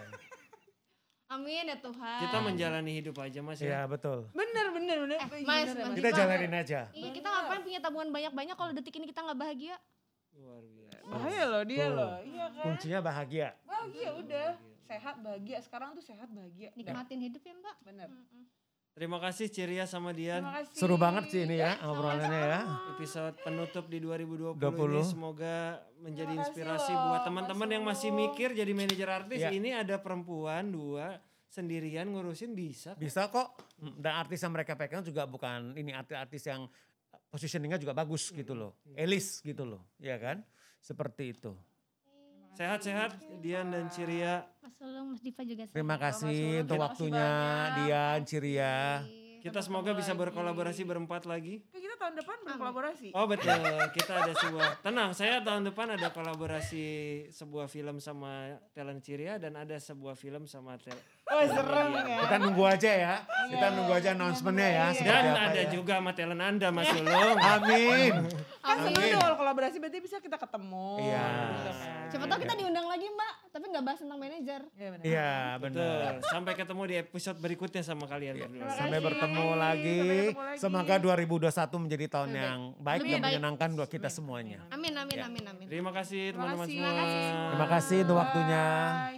Speaker 4: Amin ya Tuhan.
Speaker 1: Kita menjalani hidup aja mas ya.
Speaker 2: Ya betul.
Speaker 3: Bener.
Speaker 4: Mas,
Speaker 3: Bener,
Speaker 2: Kita
Speaker 4: Diva,
Speaker 2: jalanin aja.
Speaker 4: Iya kita ngapain punya tabungan banyak-banyak kalau detik ini kita nggak bahagia?
Speaker 1: Luar biasa.
Speaker 3: Bahaya loh dia
Speaker 2: Tuh.
Speaker 3: loh. Iya kan?
Speaker 2: Kuncinya bahagia.
Speaker 3: Bahagia udah. Sehat bahagia. Sekarang tuh sehat bahagia.
Speaker 4: Nikmatin hidup ya Mbak.
Speaker 3: Bener.
Speaker 1: Terima kasih Ciria sama Dian.
Speaker 3: Terima kasih.
Speaker 2: Seru banget sih ini ya obrolannya ya.
Speaker 1: Episode penutup di 2020
Speaker 2: 20.
Speaker 1: ini semoga menjadi
Speaker 3: Terima kasih
Speaker 1: inspirasi
Speaker 3: loh,
Speaker 1: buat teman-teman
Speaker 3: Mas
Speaker 1: yang masih
Speaker 3: Ulu.
Speaker 1: mikir jadi manajer artis.
Speaker 2: Ya.
Speaker 1: Ini ada perempuan 2 sendirian ngurusin bisa.
Speaker 2: Bisa kok. Dan artis yang mereka pegang juga bukan ini artis-artis yang positioningnya juga bagus gitu loh. Elis gitu loh. Ya kan? Seperti itu.
Speaker 1: Sehat-sehat Dian dan Ciria.
Speaker 4: Mas Sulung, Mas Diva juga
Speaker 2: Terima
Speaker 3: Mas
Speaker 2: kasih
Speaker 3: Ulu,
Speaker 2: untuk
Speaker 3: terima kasih
Speaker 2: waktunya
Speaker 3: banyak.
Speaker 2: Dian, Ciria.
Speaker 1: Kita semoga bisa berkolaborasi berempat lagi.
Speaker 3: Kayak kita tahun depan berkolaborasi.
Speaker 1: Oh betul, kita ada tenang, saya tahun depan ada kolaborasi sebuah film sama talent Ciria dan ada sebuah film sama
Speaker 3: Oh serem ya.
Speaker 2: Kita nunggu aja ya. Kita nunggu aja announcementnya ya.
Speaker 3: Iya.
Speaker 2: seperti
Speaker 1: dan
Speaker 2: apa
Speaker 1: ada
Speaker 2: ya.
Speaker 1: juga sama talent Anda Mas Sulung.
Speaker 2: Amin.
Speaker 3: Kan seru
Speaker 2: Amin.
Speaker 3: tuh kalau kolaborasi berarti bisa kita ketemu.
Speaker 2: Iya.
Speaker 3: Gitu kan.
Speaker 4: Siapa tahu kita diundang lagi Mbak, tapi nggak bahas tentang manajer.
Speaker 3: Iya benar.
Speaker 2: Iya
Speaker 1: Betul.
Speaker 2: benar.
Speaker 1: Sampai ketemu di episode berikutnya sama kalian berdua.
Speaker 3: Terima
Speaker 2: Sampai
Speaker 3: kasih.
Speaker 2: bertemu lagi.
Speaker 3: Sampai ketemu lagi.
Speaker 2: Semoga 2021 menjadi tahun
Speaker 4: Lebih
Speaker 2: yang baik
Speaker 4: Lebih
Speaker 2: dan
Speaker 4: baik.
Speaker 2: menyenangkan buat kita semuanya.
Speaker 4: Amin amin amin amin.
Speaker 1: Terima kasih
Speaker 3: Terima
Speaker 1: teman-teman
Speaker 3: kasih.
Speaker 1: semua.
Speaker 2: Terima kasih untuk waktunya.
Speaker 3: Bye.